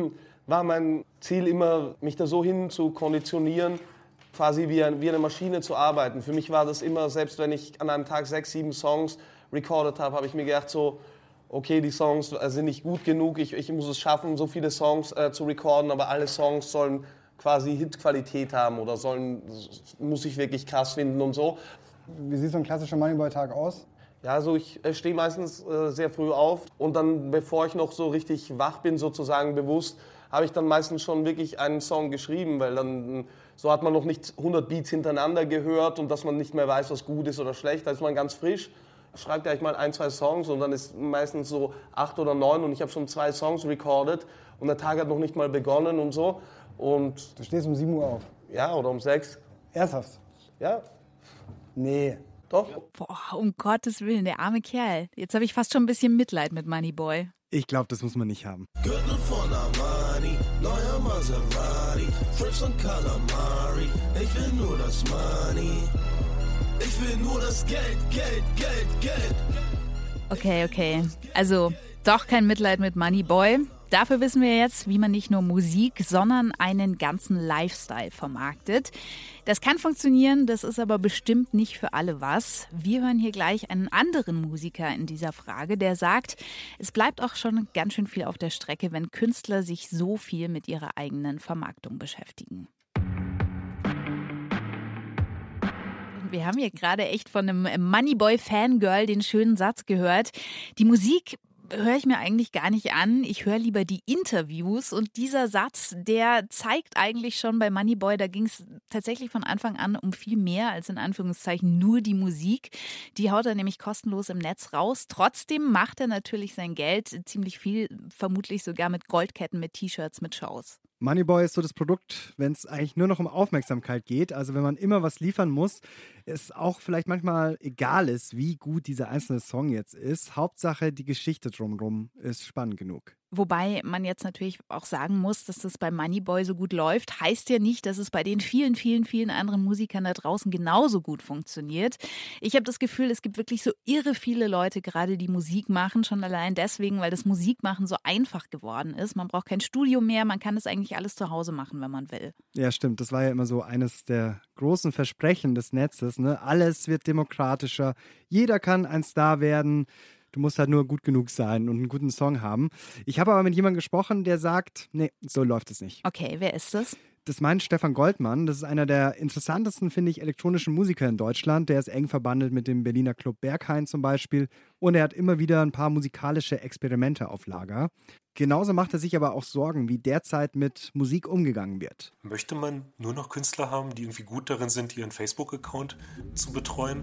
war mein Ziel immer, mich da so hin zu konditionieren, quasi wie eine Maschine zu arbeiten. Für mich war das immer, selbst wenn ich an einem Tag sechs, sieben Songs recorded habe, habe ich mir gedacht so, okay, die Songs sind nicht gut genug, ich, ich muss es schaffen, so viele Songs äh, zu recorden, aber alle Songs sollen quasi Hitqualität haben oder sollen, muss ich wirklich krass finden und so.
Wie sieht so ein klassischer Moneyboy-Tag aus?
Ja, also ich äh, stehe meistens äh, sehr früh auf und dann, bevor ich noch so richtig wach bin, sozusagen bewusst, habe ich dann meistens schon wirklich einen Song geschrieben, weil dann so hat man noch nicht hundert Beats hintereinander gehört und dass man nicht mehr weiß, was gut ist oder schlecht, da ist man ganz frisch. Schreibt gleich mal ein, zwei Songs und dann ist meistens so acht oder neun und ich habe schon zwei Songs recorded und der Tag hat noch nicht mal begonnen und so. Und
du stehst um sieben Uhr auf?
Ja, oder um sechs.
Ernsthaft?
Ja.
Nee.
Doch.
Boah, um Gottes Willen, der arme Kerl. Jetzt habe ich fast schon ein bisschen Mitleid mit Moneyboy.
Ich glaube, das muss man nicht haben.
Gürtel von Armani, neuer Maserati, Trips und Calamari. Ich will nur das Money. Ich will nur das Geld, Geld, Geld, Geld.
Okay, okay. Also doch kein Mitleid mit Moneyboy. Dafür wissen wir jetzt, wie man nicht nur Musik, sondern einen ganzen Lifestyle vermarktet. Das kann funktionieren, das ist aber bestimmt nicht für alle was. Wir hören hier gleich einen anderen Musiker in dieser Frage, der sagt, es bleibt auch schon ganz schön viel auf der Strecke, wenn Künstler sich so viel mit ihrer eigenen Vermarktung beschäftigen. Wir haben hier gerade echt von einem Moneyboy-Fangirl den schönen Satz gehört. Die Musik höre ich mir eigentlich gar nicht an. Ich höre lieber die Interviews. Und dieser Satz, der zeigt eigentlich schon bei Moneyboy, da ging es tatsächlich von Anfang an um viel mehr als in Anführungszeichen nur die Musik. Die haut er nämlich kostenlos im Netz raus. Trotzdem macht er natürlich sein Geld ziemlich viel, vermutlich sogar mit Goldketten, mit T-Shirts, mit Shows.
Moneyboy ist so das Produkt, wenn es eigentlich nur noch um Aufmerksamkeit geht. Also wenn man immer was liefern muss, es auch vielleicht manchmal egal ist, wie gut dieser einzelne Song jetzt ist. Hauptsache, die Geschichte drumherum ist spannend genug.
Wobei man jetzt natürlich auch sagen muss, dass das bei Moneyboy so gut läuft, heißt ja nicht, dass es bei den vielen, vielen, vielen anderen Musikern da draußen genauso gut funktioniert. Ich habe das Gefühl, es gibt wirklich so irre viele Leute gerade, die Musik machen, schon allein deswegen, weil das Musikmachen so einfach geworden ist. Man braucht kein Studio mehr, man kann es eigentlich alles zu Hause machen, wenn man will.
Ja, stimmt. Das war ja immer so eines der großen Versprechen des Netzes, ne? Alles wird demokratischer, jeder kann ein Star werden. Du musst halt nur gut genug sein und einen guten Song haben. Ich habe aber mit jemandem gesprochen, der sagt, nee, so läuft es nicht.
Okay, wer ist das?
Das meint Stefan Goldmann. Das ist einer der interessantesten, finde ich, elektronischen Musiker in Deutschland. Der ist eng verbandelt mit dem Berliner Club Berghain zum Beispiel. Und er hat immer wieder ein paar musikalische Experimente auf Lager. Genauso macht er sich aber auch Sorgen, wie derzeit mit Musik umgegangen wird.
Möchte man nur noch Künstler haben, die irgendwie gut darin sind, ihren Facebook-Account zu betreuen?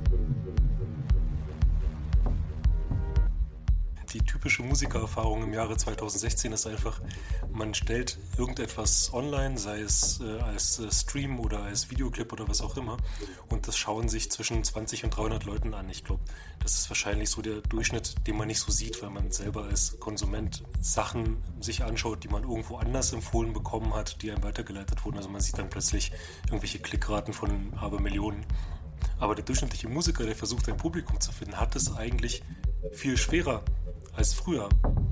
Die typische Musikererfahrung im Jahre zweitausendsechzehn ist einfach, man stellt irgendetwas online, sei es äh, als äh, Stream oder als Videoclip oder was auch immer, und das schauen sich zwischen zwanzig und dreihundert Leuten an. Ich glaube, das ist wahrscheinlich so der Durchschnitt, den man nicht so sieht, weil man selber als Konsument Sachen sich anschaut, die man irgendwo anders empfohlen bekommen hat, die einem weitergeleitet wurden. Also man sieht dann plötzlich irgendwelche Klickraten von Abermillionen. Aber der durchschnittliche Musiker, der versucht, ein Publikum zu finden, hat es eigentlich viel schwerer als früher.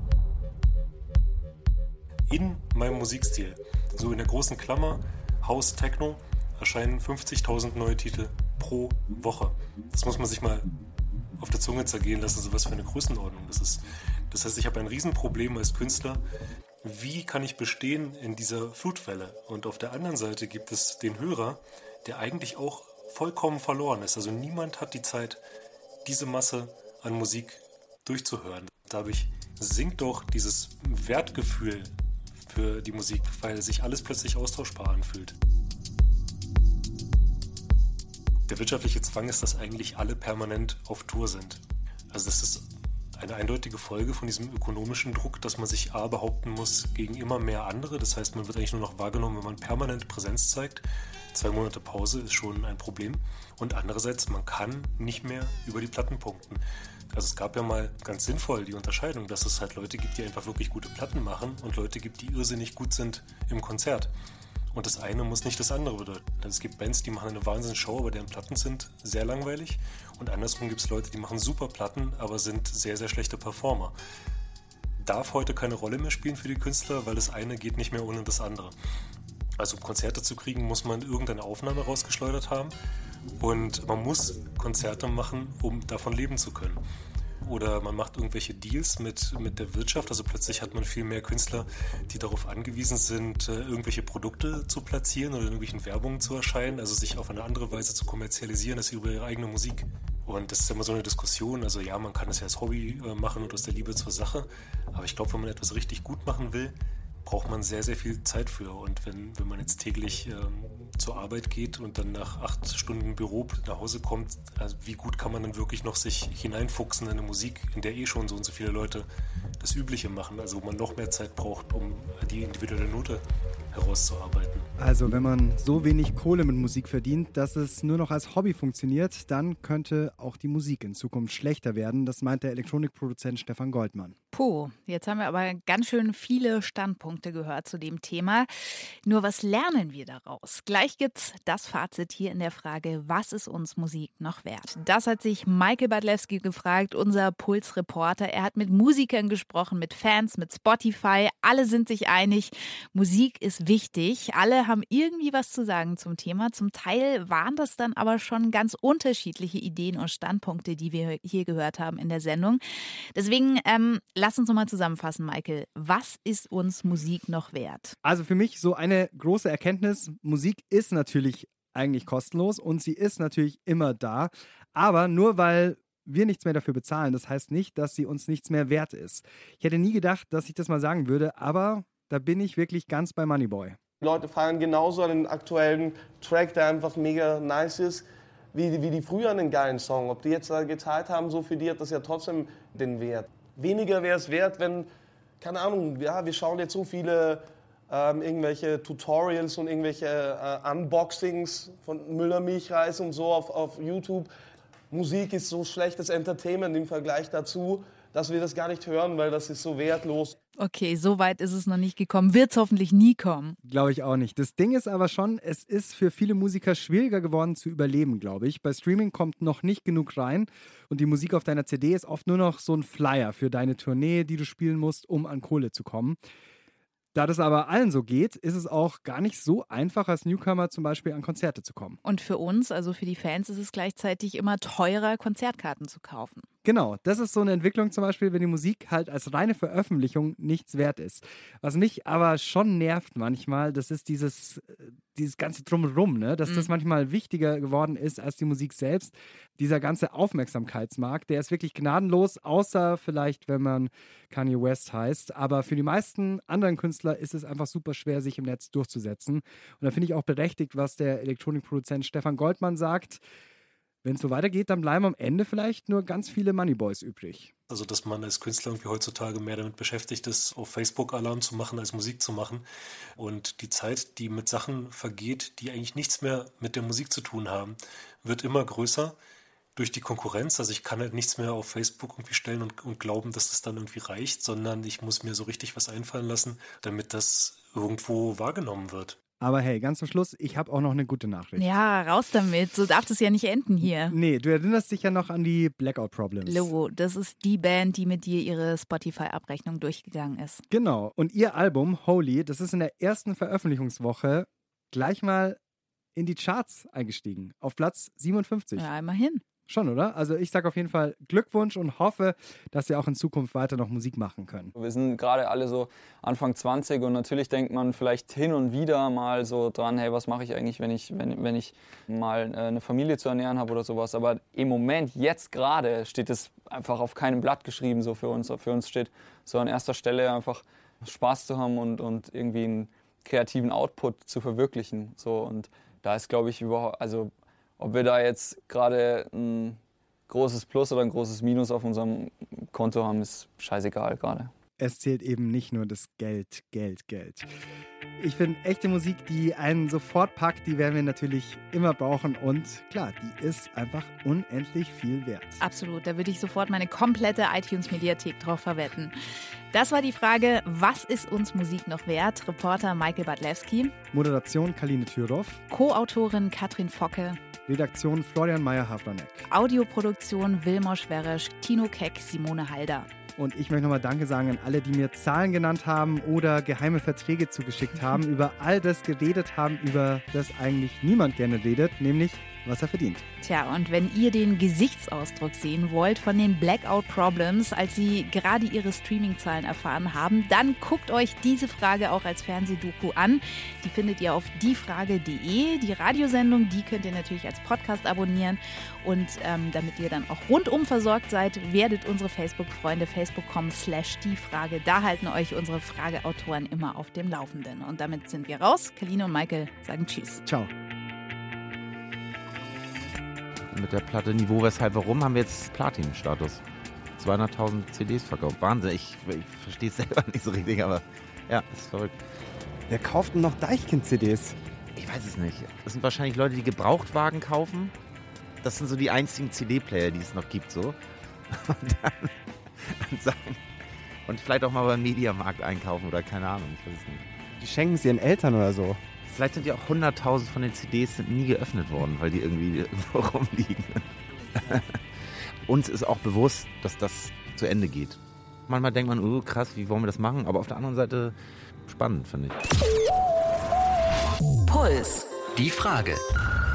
In meinem Musikstil, so in der großen Klammer House Techno, erscheinen fünfzigtausend neue Titel pro Woche. Das muss man sich mal auf der Zunge zergehen lassen, so was für eine Größenordnung das ist. Das heißt, ich habe ein Riesenproblem als Künstler. Wie kann ich bestehen in dieser Flutwelle? Und auf der anderen Seite gibt es den Hörer, der eigentlich auch vollkommen verloren ist. Also niemand hat die Zeit, diese Masse an Musik durchzuhören. Dadurch sinkt doch dieses Wertgefühl für die Musik, weil sich alles plötzlich austauschbar anfühlt. Der wirtschaftliche Zwang ist, dass eigentlich alle permanent auf Tour sind. Also das ist eine eindeutige Folge von diesem ökonomischen Druck, dass man sich A behaupten muss gegen immer mehr andere. Das heißt, man wird eigentlich nur noch wahrgenommen, wenn man permanent Präsenz zeigt. Zwei Monate Pause ist schon ein Problem. Und andererseits, man kann nicht mehr über die Platten punkten. Also es gab ja mal ganz sinnvoll die Unterscheidung, dass es halt Leute gibt, die einfach wirklich gute Platten machen und Leute gibt, die irrsinnig gut sind im Konzert. Und das eine muss nicht das andere bedeuten. Denn es gibt Bands, die machen eine Wahnsinnsshow, aber deren Platten sind sehr langweilig. Und andersrum gibt es Leute, die machen super Platten, aber sind sehr, sehr schlechte Performer. Darf heute keine Rolle mehr spielen für die Künstler, weil das eine geht nicht mehr ohne das andere. Also um Konzerte zu kriegen, muss man irgendeine Aufnahme rausgeschleudert haben und man muss Konzerte machen, um davon leben zu können. Oder man macht irgendwelche Deals mit, mit der Wirtschaft, also plötzlich hat man viel mehr Künstler, die darauf angewiesen sind, irgendwelche Produkte zu platzieren oder in irgendwelchen Werbungen zu erscheinen, also sich auf eine andere Weise zu kommerzialisieren als über ihre eigene Musik. Und das ist immer so eine Diskussion, also ja, man kann es ja als Hobby machen und aus der Liebe zur Sache, aber ich glaube, wenn man etwas richtig gut machen will, braucht man sehr, sehr viel Zeit für. Und wenn, wenn man jetzt täglich ähm, zur Arbeit geht und dann nach acht Stunden Büro nach Hause kommt, also wie gut kann man dann wirklich noch sich hineinfuchsen in eine Musik, in der eh schon so und so viele Leute das Übliche machen, also wo man noch mehr Zeit braucht, um die individuelle Note herauszuarbeiten.
Also wenn man so wenig Kohle mit Musik verdient, dass es nur noch als Hobby funktioniert, dann könnte auch die Musik in Zukunft schlechter werden. Das meint der Elektronikproduzent Stefan Goldmann.
Puh, jetzt haben wir aber ganz schön viele Standpunkte gehört zu dem Thema. Nur was lernen wir daraus? Gleich gibt's das Fazit hier in der Frage, was ist uns Musik noch wert? Das hat sich Michael Badlewski gefragt, unser Puls-Reporter. Er hat mit Musikern gesprochen, mit Fans, mit Spotify. Alle sind sich einig, Musik ist wichtig. Alle haben irgendwie was zu sagen zum Thema. Zum Teil waren das dann aber schon ganz unterschiedliche Ideen und Standpunkte, die wir hier gehört haben in der Sendung. Deswegen ähm, lass uns nochmal zusammenfassen, Michael. Was ist uns Musik noch wert?
Also für mich so eine große Erkenntnis, Musik ist natürlich eigentlich kostenlos und sie ist natürlich immer da. Aber nur weil wir nichts mehr dafür bezahlen, das heißt nicht, dass sie uns nichts mehr wert ist. Ich hätte nie gedacht, dass ich das mal sagen würde, aber da bin ich wirklich ganz bei Moneyboy.
Die Leute feiern genauso einen aktuellen Track, der einfach mega nice ist, wie die, wie die früher einen geilen Song. Ob die jetzt da geteilt haben, so für die hat das ja trotzdem den Wert. Weniger wäre es wert, wenn, keine Ahnung, ja, wir schauen jetzt so viele ähm, irgendwelche Tutorials und irgendwelche äh, Unboxings von Müller-Milchreis und so auf, auf YouTube. Musik ist so schlechtes Entertainment im Vergleich dazu, dass wir das gar nicht hören, weil das ist so wertlos.
Okay, so weit ist es noch nicht gekommen. Wird es hoffentlich nie kommen.
Glaube ich auch nicht. Das Ding ist aber schon, es ist für viele Musiker schwieriger geworden zu überleben, glaube ich. Bei Streaming kommt noch nicht genug rein und die Musik auf deiner C D ist oft nur noch so ein Flyer für deine Tournee, die du spielen musst, um an Kohle zu kommen. Da das aber allen so geht, ist es auch gar nicht so einfach, als Newcomer zum Beispiel an Konzerte zu kommen.
Und für uns, also für die Fans, ist es gleichzeitig immer teurer, Konzertkarten zu kaufen.
Genau, das ist so eine Entwicklung zum Beispiel, wenn die Musik halt als reine Veröffentlichung nichts wert ist. Was mich aber schon nervt manchmal, das ist dieses, dieses ganze Drumherum, ne? Dass mhm. das manchmal wichtiger geworden ist als die Musik selbst. Dieser ganze Aufmerksamkeitsmarkt, der ist wirklich gnadenlos, außer vielleicht, wenn man Kanye West heißt. Aber für die meisten anderen Künstler ist es einfach super schwer, sich im Netz durchzusetzen. Und da finde ich auch berechtigt, was der Elektronikproduzent Stefan Goldmann sagt. Wenn es so weitergeht, dann bleiben am Ende vielleicht nur ganz viele Moneyboys übrig.
Also, dass man als Künstler irgendwie heutzutage mehr damit beschäftigt ist, auf Facebook Alarm zu machen, als Musik zu machen. Und die Zeit, die mit Sachen vergeht, die eigentlich nichts mehr mit der Musik zu tun haben, wird immer größer durch die Konkurrenz. Also ich kann halt nichts mehr auf Facebook irgendwie stellen und, und glauben, dass das dann irgendwie reicht, sondern ich muss mir so richtig was einfallen lassen, damit das irgendwo wahrgenommen wird.
Aber hey, ganz zum Schluss, ich habe auch noch eine gute Nachricht.
Ja, raus damit. So darf es ja nicht enden hier.
Nee, du erinnerst dich ja noch an die Blackout Problems.
Logo, das ist die Band, die mit dir ihre Spotify-Abrechnung durchgegangen ist.
Genau. Und ihr Album, Holy, das ist in der ersten Veröffentlichungswoche gleich mal in die Charts eingestiegen. Auf Platz siebenundfünfzig.
Ja, immerhin.
Schon, oder? Also ich sage auf jeden Fall Glückwunsch und hoffe, dass wir auch in Zukunft weiter noch Musik machen können.
Wir sind gerade alle so Anfang zwanzig und natürlich denkt man vielleicht hin und wieder mal so dran, hey, was mache ich eigentlich, wenn ich, wenn, wenn ich mal eine Familie zu ernähren habe oder sowas. Aber im Moment, jetzt gerade, steht es einfach auf keinem Blatt geschrieben so für uns. Für uns steht so an erster Stelle einfach Spaß zu haben und, und irgendwie einen kreativen Output zu verwirklichen. So, und da ist, glaube ich, überhaupt, also ob wir da jetzt gerade ein großes Plus oder ein großes Minus auf unserem Konto haben, ist scheißegal gerade.
Es zählt eben nicht nur das Geld, Geld, Geld. Ich finde, echte Musik, die einen sofort packt, die werden wir natürlich immer brauchen. Und klar, die ist einfach unendlich viel wert.
Absolut, da würde ich sofort meine komplette iTunes-Mediathek drauf verwetten. Das war die Frage, was ist uns Musik noch wert? Reporter Michael Badlewski.
Moderation Kaline Thüroff.
Co-Autorin Katrin Focke.
Redaktion Florian Meyer-Havranek.
Audioproduktion Wilmar Schweresch, Tino Keck, Simone Halder.
Und ich möchte nochmal Danke sagen an alle, die mir Zahlen genannt haben oder geheime Verträge zugeschickt haben, über all das geredet haben, über das eigentlich niemand gerne redet, nämlich was er verdient.
Tja, und wenn ihr den Gesichtsausdruck sehen wollt von den Blackout Problems, als sie gerade ihre Streaming-Zahlen erfahren haben, dann guckt euch diese Frage auch als Fernsehdoku an. Die findet ihr auf diefrage punkt de. Die Radiosendung, die könnt ihr natürlich als Podcast abonnieren. Und ähm, damit ihr dann auch rundum versorgt seid, werdet unsere Facebook-Freunde facebook punkt com slash diefrage. Da halten euch unsere Frageautoren immer auf dem Laufenden. Und damit sind wir raus. Kaline und Michael sagen Tschüss.
Ciao.
Mit der Platte Niveau, weshalb, warum, haben wir jetzt Platin-Status. zweihunderttausend C Ds verkauft. Wahnsinn, ich, ich verstehe es selber nicht so richtig, aber ja, das ist verrückt.
Wer kauft denn noch Deichkind-C Ds?
Ich weiß es nicht. Das sind wahrscheinlich Leute, die Gebrauchtwagen kaufen. Das sind so die einzigen C D-Player, die es noch gibt, so. Und dann, dann sagen, und vielleicht auch mal beim Mediamarkt einkaufen oder keine Ahnung, ich weiß es nicht.
Die schenken es ihren Eltern oder so.
Vielleicht sind ja auch hunderttausend von den C Ds sind nie geöffnet worden, weil die irgendwie irgendwo rumliegen. Uns ist auch bewusst, dass das zu Ende geht. Manchmal denkt man, oh krass, wie wollen wir das machen? Aber auf der anderen Seite spannend, finde ich.
Puls. Die Frage.